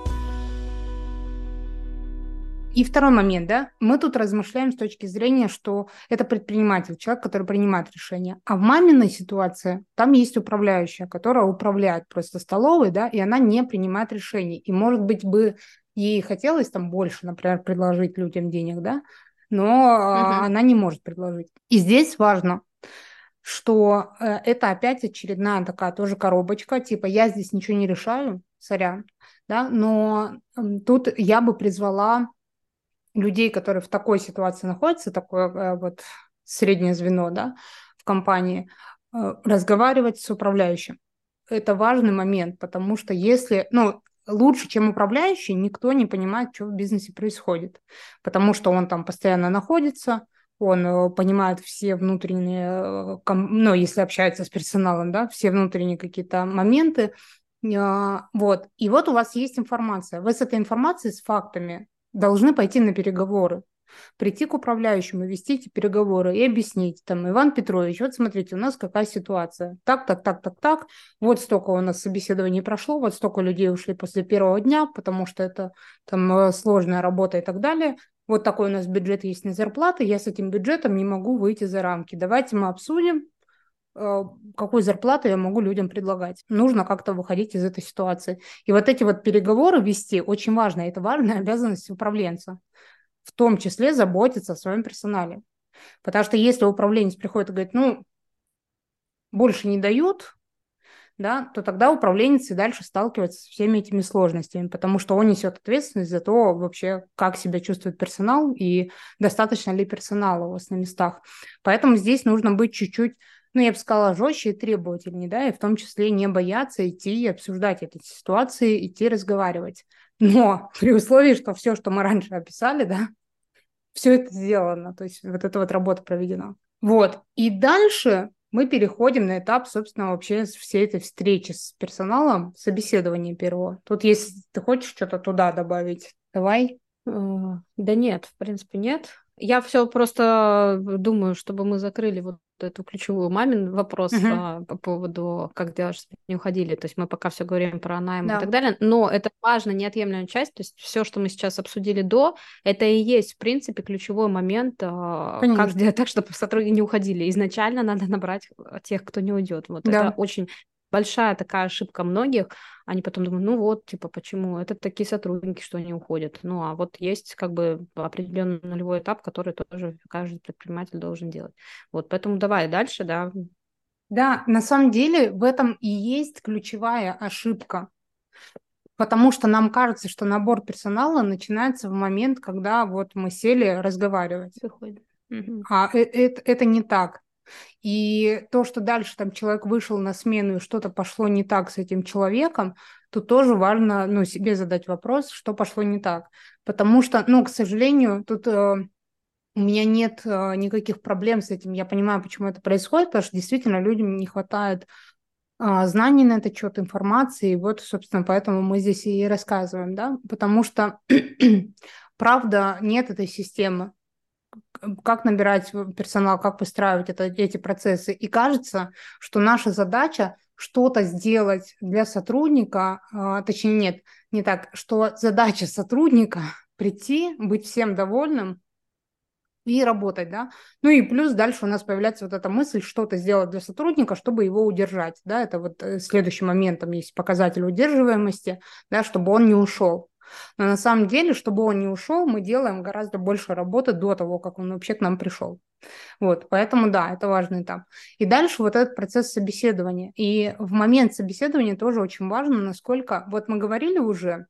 И второй момент, да, мы тут размышляем с точки зрения, что это предприниматель, человек, который принимает решения. А в маминой ситуации там есть управляющая, которая управляет просто столовой, да, и она не принимает решений. И, может быть, бы ей хотелось там больше, например, предложить людям денег, да, но а, Мгм. она не может предложить. И здесь важно, что э, это опять очередная такая тоже коробочка, типа я здесь ничего не решаю, сорян, да, но м, тут я бы призвала людей, которые в такой ситуации находятся, такое э, вот среднее звено, да, в компании, э, разговаривать с управляющим. Это важный момент, потому что если, ну, лучше, чем управляющий, никто не понимает, что в бизнесе происходит, потому что он там постоянно находится, он э, понимает все внутренние, э, ком- ну, если общается с персоналом, да, все внутренние какие-то моменты, а, вот. И вот у вас есть информация. Вы с этой информацией, с фактами должны пойти на переговоры, прийти к управляющему, вести эти переговоры и объяснить, там, Иван Петрович, вот смотрите, у нас какая ситуация, так, так, так, так, так, вот столько у нас собеседований прошло, вот столько людей ушли после первого дня, потому что это там э, сложная работа и так далее, вот такой у нас бюджет есть на зарплаты, я с этим бюджетом не могу выйти за рамки, давайте мы обсудим, э, какую зарплату я могу людям предлагать. Нужно как-то выходить из этой ситуации. И вот эти вот переговоры вести очень важно. Это важная обязанность управленца. В том числе заботиться о своем персонале. Потому что если управленец приходит и говорит, ну, больше не дают, да, то тогда управленец и дальше сталкивается со всеми этими сложностями, потому что он несет ответственность за то вообще, как себя чувствует персонал и достаточно ли персонала у вас на местах. Поэтому здесь нужно быть чуть-чуть, ну, я бы сказала, жестче и требовательнее, да, и в том числе не бояться идти и обсуждать эти ситуации, идти разговаривать. Но при условии, что все, что мы раньше описали, да, все это сделано, то есть вот эта вот работа проведена. Вот. И дальше мы переходим на этап, собственно, вообще всей этой встречи с персоналом, собеседования первого. Тут, если ты хочешь что-то туда добавить, давай. Э, Да нет, в принципе, нет. Я все просто думаю, чтобы мы закрыли вот эту ключевую мамин вопрос Мгм. а, по поводу, как дела, чтобы не уходили. То есть мы пока все говорим про найм и так Да, далее, но это важная, неотъемлемая часть. То есть все, что мы сейчас обсудили до, это и есть, в принципе, ключевой момент, а, как конечно. сделать так, чтобы сотрудники не уходили. Изначально надо набрать а, тех, кто не уйдет. Вот это Да. очень большая такая ошибка многих. Они потом думают, ну вот, типа, почему? Это такие сотрудники, что они уходят. Ну, а вот есть как бы определенный нулевой этап, который тоже каждый предприниматель должен делать. Вот, поэтому давай дальше, да. Да, на самом деле в этом и есть ключевая ошибка, потому что нам кажется, что набор персонала начинается в момент, когда вот мы сели разговаривать. Выходит. Мгм. А э- э- это не так. И то, что дальше там человек вышел на смену и что-то пошло не так с этим человеком, тут тоже важно, ну, себе задать вопрос, что пошло не так. Потому что, ну, к сожалению, тут э, у меня нет э, никаких проблем с этим. Я понимаю, почему это происходит, потому что действительно людям не хватает а, знаний на этот счет, информации. И вот, собственно, поэтому мы здесь и рассказываем, да, потому что правда нет этой системы, как набирать персонал, как выстраивать это, эти процессы. И кажется, что наша задача что-то сделать для сотрудника, а, точнее нет, не так, что задача сотрудника прийти, быть всем довольным и работать, да. Ну и плюс дальше у нас появляется вот эта мысль что-то сделать для сотрудника, чтобы его удержать, да, это вот э, следующим моментом есть показатель удерживаемости, да, чтобы он не ушел. Но на самом деле, чтобы он не ушел, мы делаем гораздо больше работы до того, как он вообще к нам пришел. Вот, поэтому да, это важный этап. И дальше вот этот процесс собеседования. И в момент собеседования тоже очень важно, насколько, вот мы говорили уже,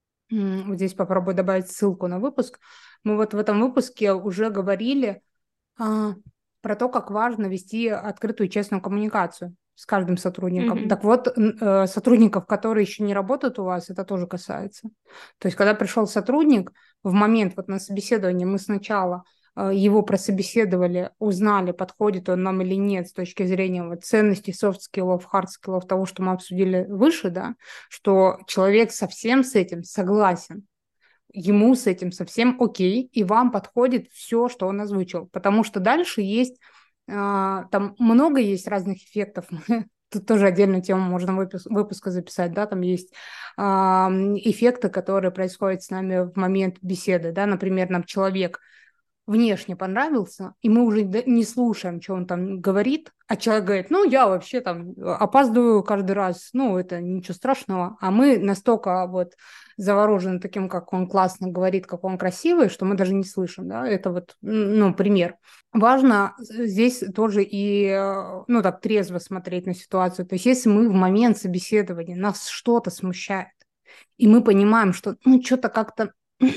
м, вот здесь попробую добавить ссылку на выпуск, мы вот в этом выпуске уже говорили а, про то, как важно вести открытую и честную коммуникацию с каждым сотрудником. Мгм. Так вот, н- э, сотрудников, которые еще не работают у вас, это тоже касается. То есть, когда пришел сотрудник, в момент вот на собеседовании мы сначала э, его прособеседовали, узнали, подходит он нам или нет с точки зрения вот ценностей, софт-скиллов, хард-скиллов, того, что мы обсудили выше, да, что человек совсем с этим согласен, ему с этим совсем окей, и вам подходит все, что он озвучил. Потому что дальше есть, а, там много есть разных эффектов. Тут тоже отдельную тему можно выпуск, выпуска записать, да, там есть а, эффекты, которые происходят с нами в момент беседы, да, например, нам человек внешне понравился, и мы уже д- не слушаем, что он там говорит, а человек говорит, ну, я вообще там опаздываю каждый раз, ну, это ничего страшного, а мы настолько вот заворожены таким, как он классно говорит, как он красивый, что мы даже не слышим, да, это вот, м, ну, пример. Важно здесь тоже и, э, ну, так трезво смотреть на ситуацию, то есть если мы в момент собеседования, нас что-то смущает, и мы понимаем, что, ну, что-то как-то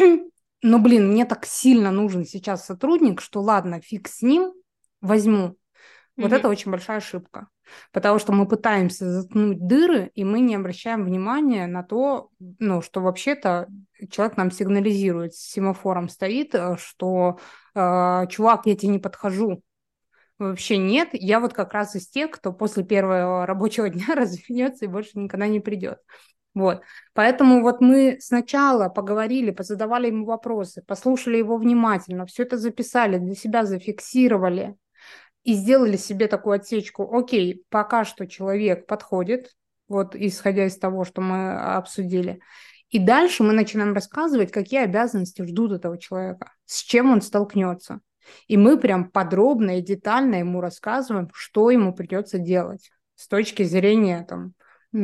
но, блин, мне так сильно нужен сейчас сотрудник, что ладно, фиг с ним, возьму. Вот это Мгм. очень большая ошибка, потому что мы пытаемся заткнуть дыры, и мы не обращаем внимания на то, ну, что вообще-то человек нам сигнализирует, с семафором стоит, э, что э, чувак, я тебе не подхожу. Вообще нет, я вот как раз из тех, кто после первого рабочего дня развернется и больше никогда не придет. Вот. Поэтому вот мы сначала поговорили, позадавали ему вопросы, послушали его внимательно, все это записали, для себя зафиксировали и сделали себе такую отсечку. Окей, пока что человек подходит, вот исходя из того, что мы обсудили. И дальше мы начинаем рассказывать, какие обязанности ждут этого человека, с чем он столкнется. И мы прям подробно и детально ему рассказываем, что ему придется делать с точки зрения там,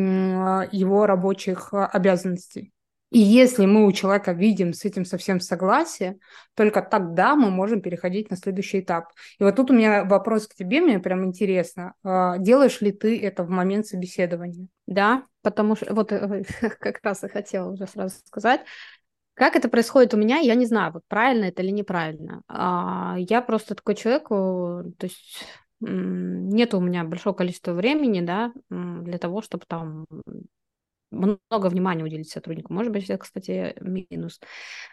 его рабочих а, обязанностей. И если мы у человека видим с этим совсем согласие, только тогда мы можем переходить на следующий этап. И вот тут у меня вопрос к тебе, мне прям интересно. а, Делаешь ли ты это в момент собеседования? Да, потому что вот э, как раз и хотела уже сразу сказать. Как это происходит у меня, я не знаю, вот правильно это или неправильно. А, я просто такой человек, о, то есть м, нет у меня большого количества времени, да, м, для того, чтобы там много внимания уделить сотруднику. Может быть, это, кстати, минус.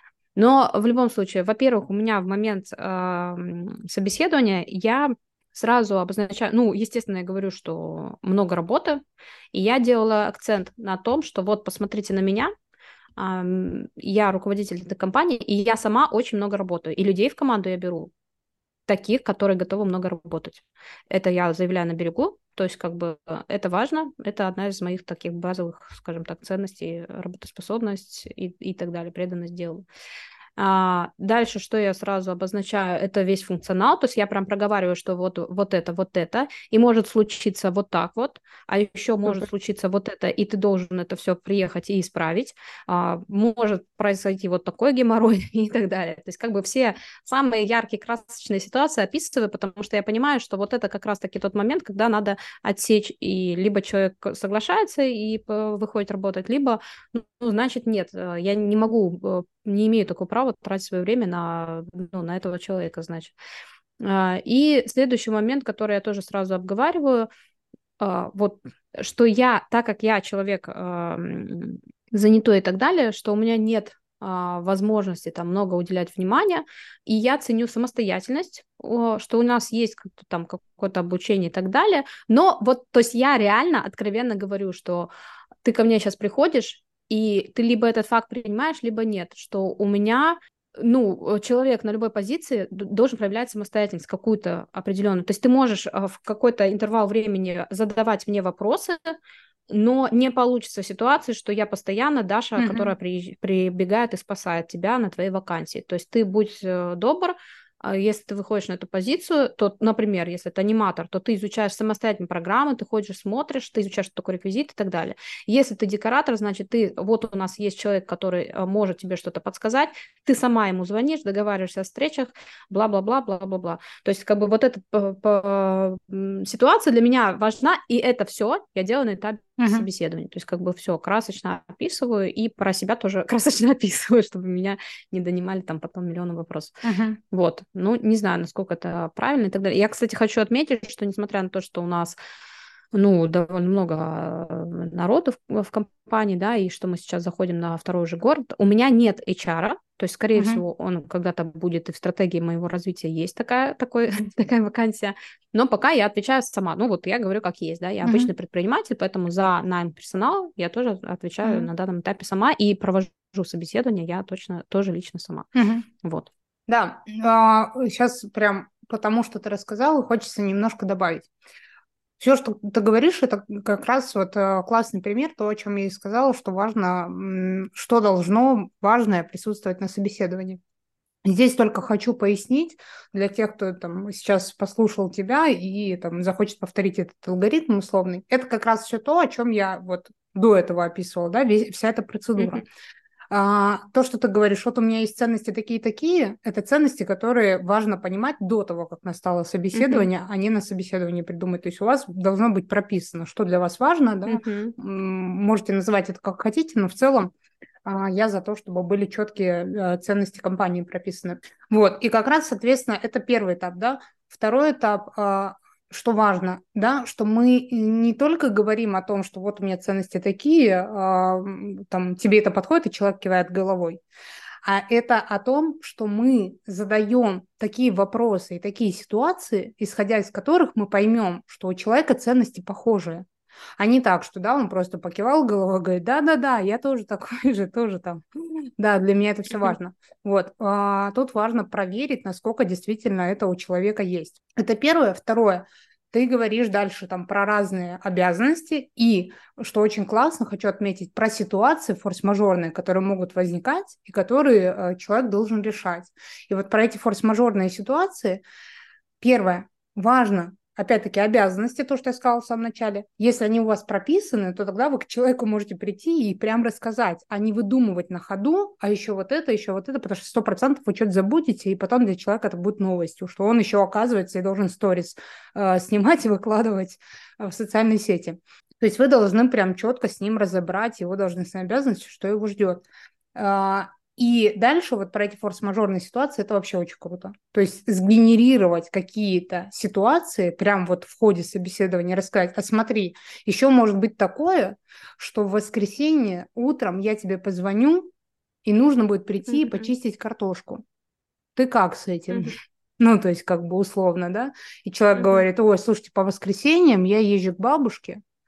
Но в любом случае, во-первых, у меня в момент а, м, собеседования я сразу обозначаю, ну, естественно, я говорю, что много работы, и я делала акцент на том, что вот посмотрите на меня, Я руководитель этой компании, и я сама очень много работаю. И людей в команду я беру таких, которые готовы много работать. Это я заявляю на берегу, то есть как бы это важно, это одна из моих таких базовых, скажем так, ценностей, работоспособность и, и так далее, преданность делу. А дальше, что я сразу обозначаю, это весь функционал, то есть я прям проговариваю, что вот, вот это, вот это, и может случиться вот так вот, а еще может Супер. случиться вот это, и ты должен это все приехать и исправить, а, может произойти вот такой геморрой и так далее. То есть как бы все самые яркие, красочные ситуации описываю, потому что я понимаю, что вот это как раз-таки тот момент, когда надо отсечь, и либо человек соглашается и выходит работать, либо, ну, значит, нет, я не могу, не имею такого права тратить свое время на, ну, на этого человека, значит. И следующий момент, который я тоже сразу обговариваю, вот, что я, так как я человек занятой и так далее, что у меня нет возможности там много уделять внимания, и я ценю самостоятельность, что у нас есть там какое-то обучение и так далее, но вот, то есть я реально откровенно говорю, что ты ко мне сейчас приходишь, и ты либо этот факт принимаешь, либо нет, что у меня, ну, человек на любой позиции должен проявлять самостоятельность какую-то определенную. То есть ты можешь в какой-то интервал времени задавать мне вопросы, но не получится ситуации, что я постоянно Даша, Мгм. которая при, прибегает и спасает тебя на твоей вакансии. То есть ты будь добр, если ты выходишь на эту позицию, то, например, если это аниматор, то ты изучаешь самостоятельно программы, ты ходишь, смотришь, ты изучаешь, что такое реквизит и так далее. Если ты декоратор, значит, ты, вот у нас есть человек, который может тебе что-то подсказать, ты сама ему звонишь, договариваешься о встречах, бла-бла-бла, бла-бла-бла. То есть как бы вот эта ситуация для меня важна, и это все я делаю на этапе Мгм. собеседования. То есть как бы все красочно описываю и про себя тоже красочно описываю, чтобы меня не донимали там потом миллионы вопросов. Мгм. Вот, ну, не знаю, насколько это правильно и так далее. Я, кстати, хочу отметить, что несмотря на то, что у нас, ну, довольно много народу в, в компании, да, и что мы сейчас заходим на второй уже город, у меня нет эйч ар, то есть, скорее Мгм. всего, он когда-то будет, и в стратегии моего развития есть такая, такой, такая вакансия, но пока я отвечаю сама. Ну, вот я говорю, как есть, да, я обычный Мгм. предприниматель, поэтому за найм персонала я тоже отвечаю Мгм. на данном этапе сама и провожу собеседование я точно тоже лично сама. Мгм. Вот. Да, сейчас прям потому, что ты рассказала, хочется немножко добавить. Все, что ты говоришь, это как раз вот э, классный пример, то, о чем я и сказала, что важно, м, что должно важное присутствовать на собеседовании. Здесь только хочу пояснить для тех, кто там сейчас послушал тебя и там захочет повторить этот алгоритм условный. Это как раз все то, о чем я вот до этого описывала, да, весь, вся эта процедура. А, то, что ты говоришь, вот у меня есть ценности такие-такие, это ценности, которые важно понимать до того, как настало Мгм. собеседование, а не на собеседовании придумать. То есть у вас должно быть прописано, что для вас важно, да, Мгм. М, можете называть это как хотите, но в целом а, я за то, чтобы были четкие э, ценности компании прописаны. Вот, и как раз, соответственно, это первый этап, да. Второй этап, а, что важно, да, что мы не только говорим о том, что вот у меня ценности такие, а, м, там, тебе это подходит, и человек кивает головой, а это о том, что мы задаем такие вопросы и такие ситуации, исходя из которых мы поймем, что у человека ценности похожие. А не так, что, да, он просто покивал головой, говорит, да-да-да, я тоже такой же, тоже там. Да, для меня это все Мгм. важно. Вот, а, тут важно проверить, насколько действительно это у человека есть. Это первое. Второе. Ты говоришь дальше там про разные обязанности и, что очень классно, хочу отметить, про ситуации форс-мажорные, которые могут возникать и которые э, человек должен решать. И вот про эти форс-мажорные ситуации, первое, важно, опять-таки, обязанности, то, что я сказала в самом начале. Если они у вас прописаны, то тогда вы к человеку можете прийти и прям рассказать, а не выдумывать на ходу, а еще вот это, еще вот это, потому что сто процентов вы что-то забудете, и потом для человека это будет новостью, что он еще, оказывается, и должен сторис э, снимать и выкладывать э, в социальные сети. То есть вы должны прям четко с ним разобрать его должностные обязанности, что его ждет. И дальше вот про эти форс-мажорные ситуации это вообще очень круто. То есть сгенерировать какие-то ситуации прям вот в ходе собеседования, рассказать, а смотри, еще может быть такое, что в воскресенье утром я тебе позвоню, и нужно будет прийти и Мгм. почистить картошку. Ты как с этим? Мгм. Ну, то есть как бы условно, да? И человек Мгм. говорит, ой, слушайте, по воскресеньям я езжу к бабушке,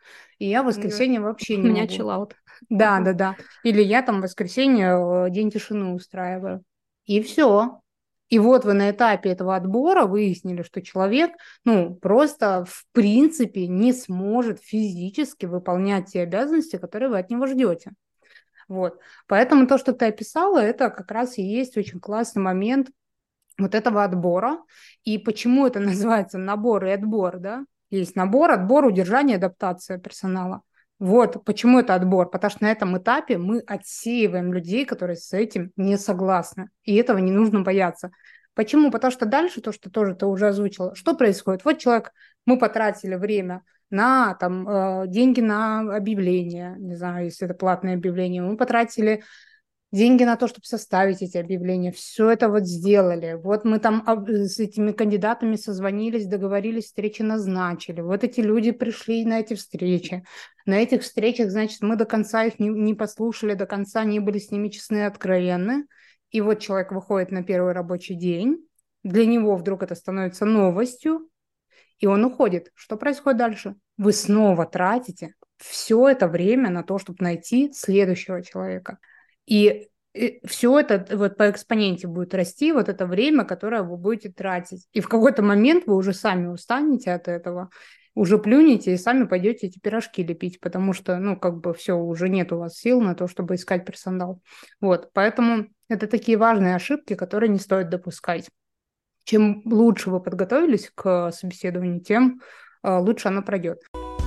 И я в У меня, воскресенье вообще у не меня могу. чиллаут. Да, Ага. да, да. Или я там в воскресенье э, день тишины устраиваю. И все. И вот вы на этапе этого отбора выяснили, что человек, ну, просто в принципе не сможет физически выполнять те обязанности, которые вы от него ждете. Вот. Поэтому то, что ты описала, это как раз и есть очень классный момент вот этого отбора. И почему это называется набор и отбор, да? Есть набор, отбор, удержание, адаптация персонала. Вот почему это отбор. Потому что на этом этапе мы отсеиваем людей, которые с этим не согласны. И этого не нужно бояться. Почему? Потому что дальше, то, что тоже ты уже озвучила, что происходит? Вот человек, мы потратили время на там, э, деньги на объявление, не знаю, если это платное объявление, мы потратили деньги на то, чтобы составить эти объявления. Все это вот сделали. Вот мы там с этими кандидатами созвонились, договорились, встречи назначили. Вот эти люди пришли на эти встречи. На этих встречах, значит, мы до конца их не, не послушали, до конца не были с ними честны и откровенны. И вот человек выходит на первый рабочий день, для него вдруг это становится новостью, и он уходит. Что происходит дальше? Вы снова тратите все это время на то, чтобы найти следующего человека. И все это вот по экспоненте будет расти, вот это время, которое вы будете тратить. И в какой-то момент вы уже сами устанете от этого, уже плюнете и сами пойдете эти пирожки лепить, потому что, ну, как бы все, уже нет у вас сил на то, чтобы искать персонал. Вот, поэтому это такие важные ошибки, которые не стоит допускать. Чем лучше вы подготовились к собеседованию, тем э, лучше оно пройдет.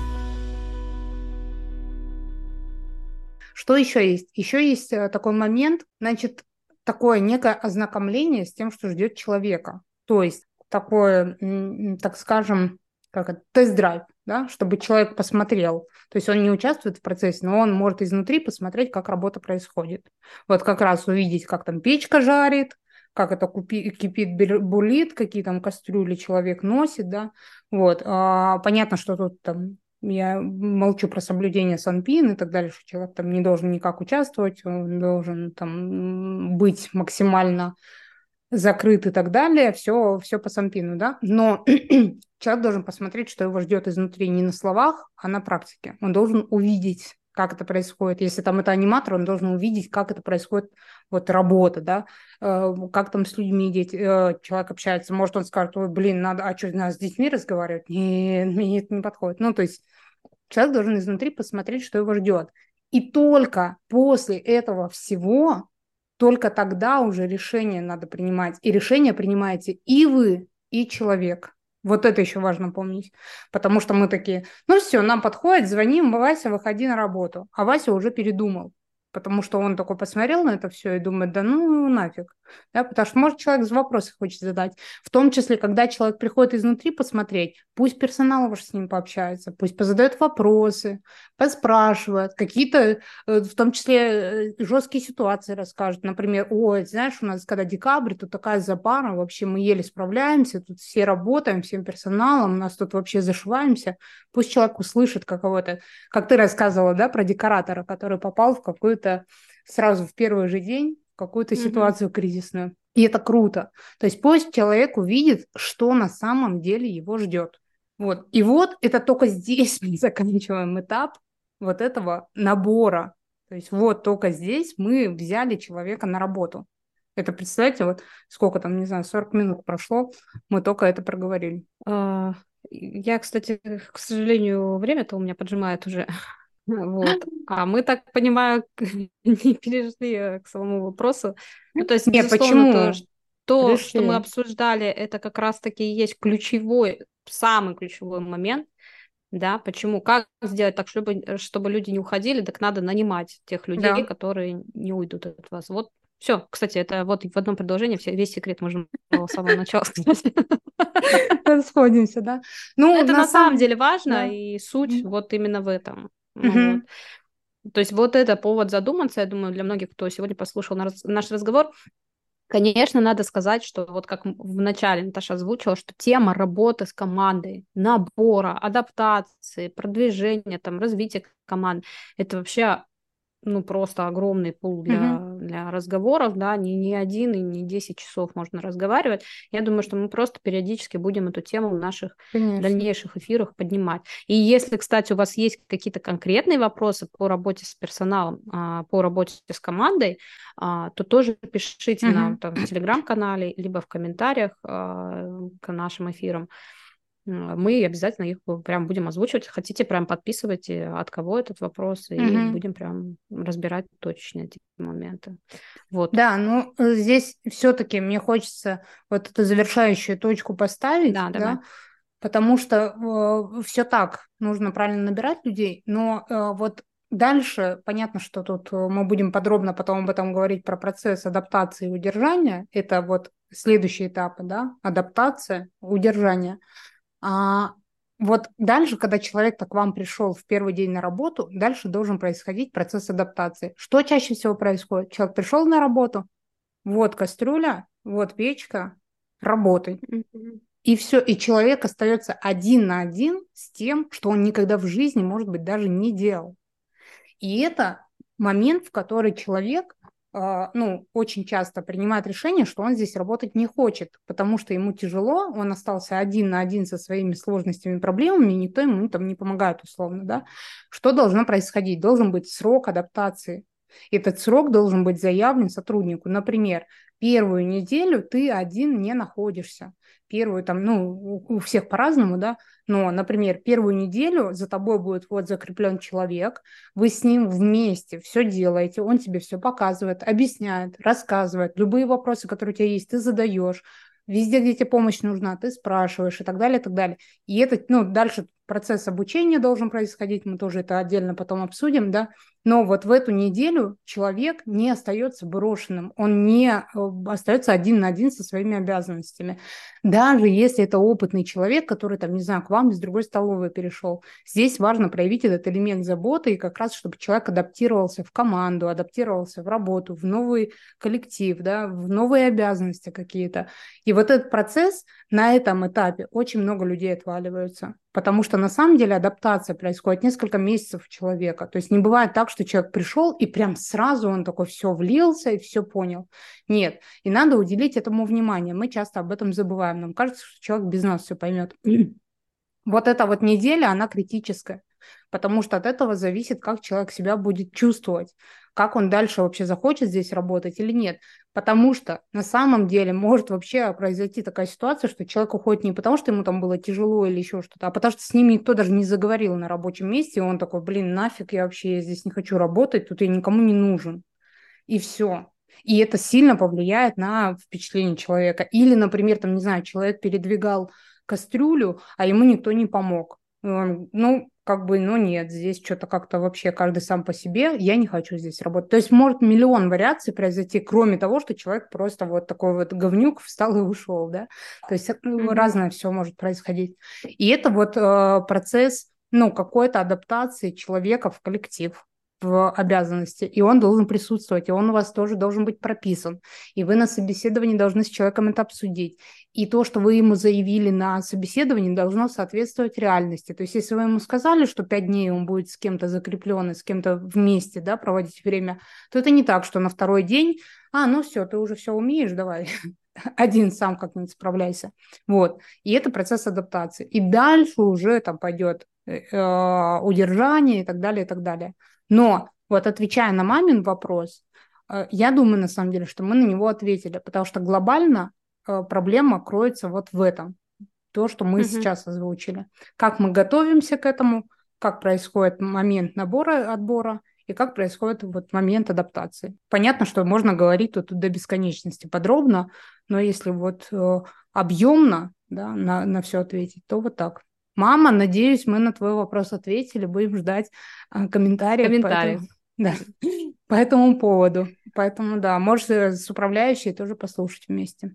Что еще есть? Еще есть э, такой момент, значит, такое некое ознакомление с тем, что ждет человека. То есть такое, м, так скажем, как это, тест-драйв, да, чтобы человек посмотрел. То есть он не участвует в процессе, но он может изнутри посмотреть, как работа происходит. Вот как раз увидеть, как там печка жарит, как это купи, кипит, булит, какие там кастрюли человек носит, да. Вот. А, понятно, что тут там я молчу про соблюдение санпин и так далее, что человек там не должен никак участвовать, он должен там быть максимально закрыт и так далее, все, все по санпину, да. Но человек должен посмотреть, что его ждет изнутри не на словах, а на практике. Он должен увидеть, как это происходит. Если там это аниматор, он должен увидеть, как это происходит, вот работа, да, э, как там с людьми дети, э, человек общается. Может, он скажет, ой, блин, надо, а что, надо с детьми разговаривать? Нет, мне это не подходит. Ну, то есть человек должен изнутри посмотреть, что его ждет. И только после этого всего, только тогда уже решение надо принимать. И решение принимаете и вы, и человек. Вот это еще важно помнить. Потому что мы такие, ну все, нам подходит, звоним, Вася, выходи на работу. А Вася уже передумал. Потому что он такой посмотрел на это все и думает, да ну нафиг. Да, потому что, может, человек вопросы хочет задать. В том числе, когда человек приходит изнутри посмотреть, пусть персонал ваш с ним пообщается, пусть позадает вопросы, поспрашивает, какие-то, в том числе, жесткие ситуации расскажет. Например, ой, знаешь, у нас когда декабрь, тут такая запара, вообще мы еле справляемся, тут все работаем, всем персоналом, у нас тут вообще зашиваемся. Пусть человек услышит какого-то, как ты рассказывала, да, про декоратора, который попал в какую-то, сразу в первый же день, в какую-то Мгм. ситуацию кризисную. И это круто. То есть пусть человек увидит, что на самом деле его ждет. Вот. И вот это только здесь мы заканчиваем этап вот этого набора. То есть вот только здесь мы взяли человека на работу. Это, представляете, вот сколько там, не знаю, сорок минут прошло, мы только это проговорили. А, Я, кстати, к сожалению, время-то у меня поджимает уже. Вот. А мы, так понимаю, не перешли э, к самому вопросу. Ну, то есть, Не, безусловно, то, почему? ш- то, что мы Пришли. обсуждали, это как раз-таки и есть ключевой, самый ключевой момент, да, почему, как сделать так, чтобы, э, чтобы люди не уходили, так надо нанимать тех людей, Да. которые не уйдут от вас. Вот все, кстати, это вот в одном предложении все, весь секрет можно было с самого начала сказать. Расходимся, да. Но Ну, это на на самом самом... деле важно, Да. и суть Мгм. вот именно в этом. Ну, вот. Мгм. То есть вот это повод задуматься, я думаю, для многих, кто сегодня послушал наш, наш разговор. Конечно, надо сказать, что вот как в начале Наташа озвучила, что тема работы с командой, набора, адаптации, продвижения, там, развития команд, это вообще ну, просто огромный пул для, Мгм. для разговоров, да, не, не один и не десять часов можно разговаривать. Я думаю, что мы просто периодически будем эту тему в наших Конечно. дальнейших эфирах поднимать. И если, кстати, у вас есть какие-то конкретные вопросы по работе с персоналом, а, по работе с командой, а, то тоже пишите нам Мгм. там в Телеграм-канале, либо в комментариях а, к нашим эфирам. М, Мы обязательно их бу- прям будем озвучивать. Хотите, прям подписывайте, от кого этот вопрос, и Мгм. будем прям разбирать точно эти моменты. Вот. Да, ну э, здесь все-таки мне хочется вот эту завершающую точку поставить, Да, давай. да, потому что все так, нужно правильно набирать людей, но э, вот дальше понятно, что тут э, мы будем подробно потом об этом говорить про процесс адаптации и удержания. Это вот следующие этапы, да, адаптация, удержание. А вот дальше, когда человек так к вам пришел в первый день на работу, дальше должен происходить процесс адаптации. Что чаще всего происходит? Человек пришел на работу, вот кастрюля, вот печка, работай. Мгм. И все, и человек остается один на один с тем, что он никогда в жизни, может быть, даже не делал. И это момент, в который человек, а, ну, очень часто принимает решение, что он здесь работать не хочет, потому что ему тяжело, он остался один на один со своими сложностями и проблемами, и никто ему там не помогает, условно, да. Что должно происходить? Должен быть срок адаптации. Этот срок должен быть заявлен сотруднику. Например, первую неделю ты один не находишься. Первую там, ну, у у всех по-разному, да, но, например, первую неделю за тобой будет вот закреплен человек, вы с ним вместе все делаете, он тебе все показывает, объясняет, рассказывает. Любые вопросы, которые у тебя есть, ты задаешь. Везде, где тебе помощь нужна, ты спрашиваешь и так далее, и так далее. И это, ну, дальше процесс обучения должен происходить, мы тоже это отдельно потом обсудим, да. Но вот в эту неделю человек не остается брошенным, он не э, остается один на один со своими обязанностями. Даже если это опытный человек, который, там, не знаю, к вам из другой столовой перешел, здесь важно проявить этот элемент заботы, и как раз, чтобы человек адаптировался в команду, адаптировался в работу, в новый коллектив, да, в новые обязанности какие-то. И вот этот процесс на этом этапе очень много людей отваливаются, потому что на самом деле адаптация происходит несколько месяцев у человека. То есть не бывает так, что человек пришел и прям сразу он такой все влился и все понял. Нет, и надо уделить этому внимание. Мы часто об этом забываем. Нам кажется, что человек без нас все поймет. Вот эта вот неделя, она критическая, потому что от этого зависит, как человек себя будет чувствовать, как он дальше вообще захочет здесь работать или нет. Потому что на самом деле может вообще произойти такая ситуация, что человек уходит не потому, что ему там было тяжело или еще что-то, а потому что с ним никто даже не заговорил на рабочем месте, и он такой, блин, нафиг я вообще я здесь не хочу работать, тут я никому не нужен. И все. И это сильно повлияет на впечатление человека. Или, например, там, не знаю, человек передвигал кастрюлю, а ему никто не помог. И он, ну, как бы, ну нет, здесь что-то как-то вообще каждый сам по себе, я не хочу здесь работать. То есть может миллион вариаций произойти, кроме того, что человек просто вот такой вот говнюк встал и ушел, да. То есть ну, Мгм. разное все может происходить. И это вот э, процесс, ну, какой-то адаптации человека в коллектив, в обязанности, и он должен присутствовать, и он у вас тоже должен быть прописан. И вы на собеседовании должны с человеком это обсудить. И то, что вы ему заявили на собеседовании, должно соответствовать реальности. То есть, если вы ему сказали, что пять дней он будет с кем-то закреплен и с кем-то вместе, да, проводить время, то это не так, что на второй день, а, ну все, ты уже все умеешь, давай, один сам как-нибудь справляйся. Вот. И это процесс адаптации. И дальше уже там пойдет э, э, удержание и так далее, и так далее. Но вот отвечая на мамин вопрос, э, я думаю, на самом деле, что мы на него ответили, потому что глобально э, проблема кроется вот в этом, то, что мы Мгм. сейчас озвучили. Как мы готовимся к этому, как происходит момент набора, отбора, и как происходит вот момент адаптации. Понятно, что можно говорить тут до бесконечности подробно, но если вот э, объемно, да, на, на все ответить, то вот так. Мама, надеюсь, мы на твой вопрос ответили. Будем ждать э, комментариев по этому, Комментарий. да, Мгм. по этому поводу. Поэтому, да, можешь э, с управляющей тоже послушать вместе.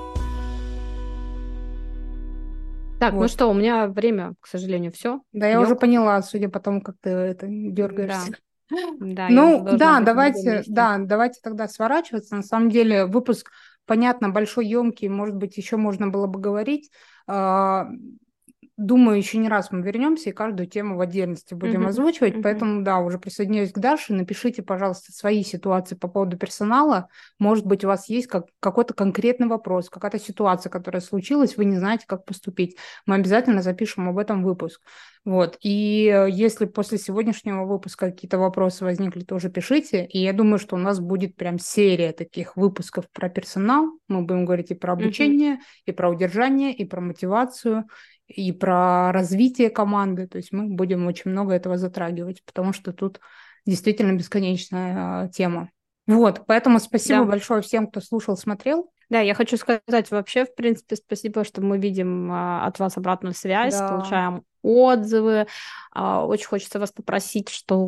Так, ну Вот. что, у меня время, к сожалению, все. Да, я уже Йог. поняла, судя по тому, как ты это дергаешься. Да, да, я уже Ну, должна да, быть на другом давайте, месте. да, давайте тогда сворачиваться. На самом деле выпуск, понятно, большой, емкий, может быть, еще можно было бы говорить. А, думаю, еще не раз мы вернемся и каждую тему в отдельности будем Мгм, озвучивать, мгм. поэтому, да, уже присоединяюсь к Даше, напишите, пожалуйста, свои ситуации по поводу персонала, может быть, у вас есть как, какой-то конкретный вопрос, какая-то ситуация, которая случилась, вы не знаете, как поступить, мы обязательно запишем об этом выпуск, вот, и э, если после сегодняшнего выпуска какие-то вопросы возникли, тоже пишите, и я думаю, что у нас будет прям серия таких выпусков про персонал, мы будем говорить и про Мгм. обучение, и про удержание, и про мотивацию, и про развитие команды. То есть мы будем очень много этого затрагивать, потому что тут действительно бесконечная а, тема. Вот, поэтому спасибо Да. большое всем, кто слушал, смотрел. Да, я хочу сказать вообще, в принципе, спасибо, что мы видим а, от вас обратную связь, Да, получаем отзывы. А, очень хочется вас попросить,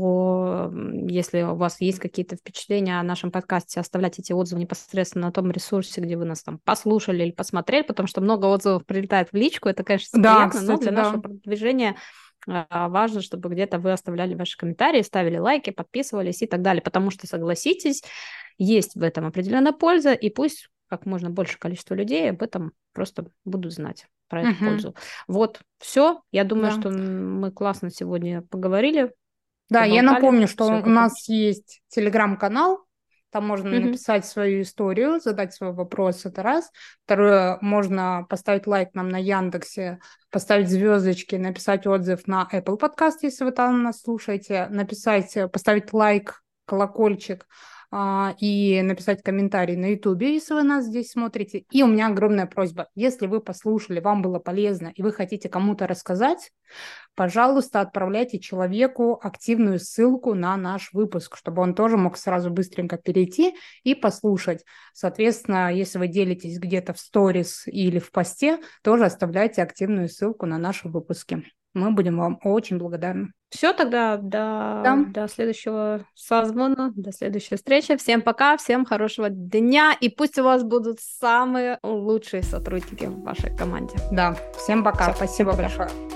что м, если у вас есть какие-то впечатления о нашем подкасте, оставлять эти отзывы непосредственно на том ресурсе, где вы нас там послушали или посмотрели, потому что много отзывов прилетает в личку, это, конечно, всё да, приятно, но кстати, для нашего да. продвижения а, важно, чтобы где-то вы оставляли ваши комментарии, ставили лайки, подписывались и так далее, потому что, согласитесь, есть в этом определенная польза, и пусть как можно больше количество людей об этом просто будут знать, про эту Мгм, пользу. Вот, все. Я думаю, да. что м, мы классно сегодня поговорили, Да, я поболтали, напомню, что все у как нас обычно. есть телеграм-канал, там можно Мгм. написать свою историю, задать свой вопрос, это раз. Второе, можно поставить лайк нам на Яндексе, поставить звездочки, написать отзыв на Apple Podcast, если вы там нас слушаете, написать, э, поставить лайк, колокольчик а, и написать комментарий на YouTube, если вы нас здесь смотрите. И у меня огромная просьба, если вы послушали, вам было полезно, и вы хотите кому-то рассказать, пожалуйста, отправляйте человеку активную ссылку на наш выпуск, чтобы он тоже мог сразу быстренько перейти и послушать. Соответственно, если вы делитесь где-то в сторис или в посте, тоже оставляйте активную ссылку на наши выпуски. Мы будем вам очень благодарны. Все, тогда Да, до, до следующего созвона, до следующей встречи. Всем пока, всем хорошего дня, и пусть у вас будут самые лучшие сотрудники в вашей команде. да. Всем пока. Все, всем Спасибо пока. большое.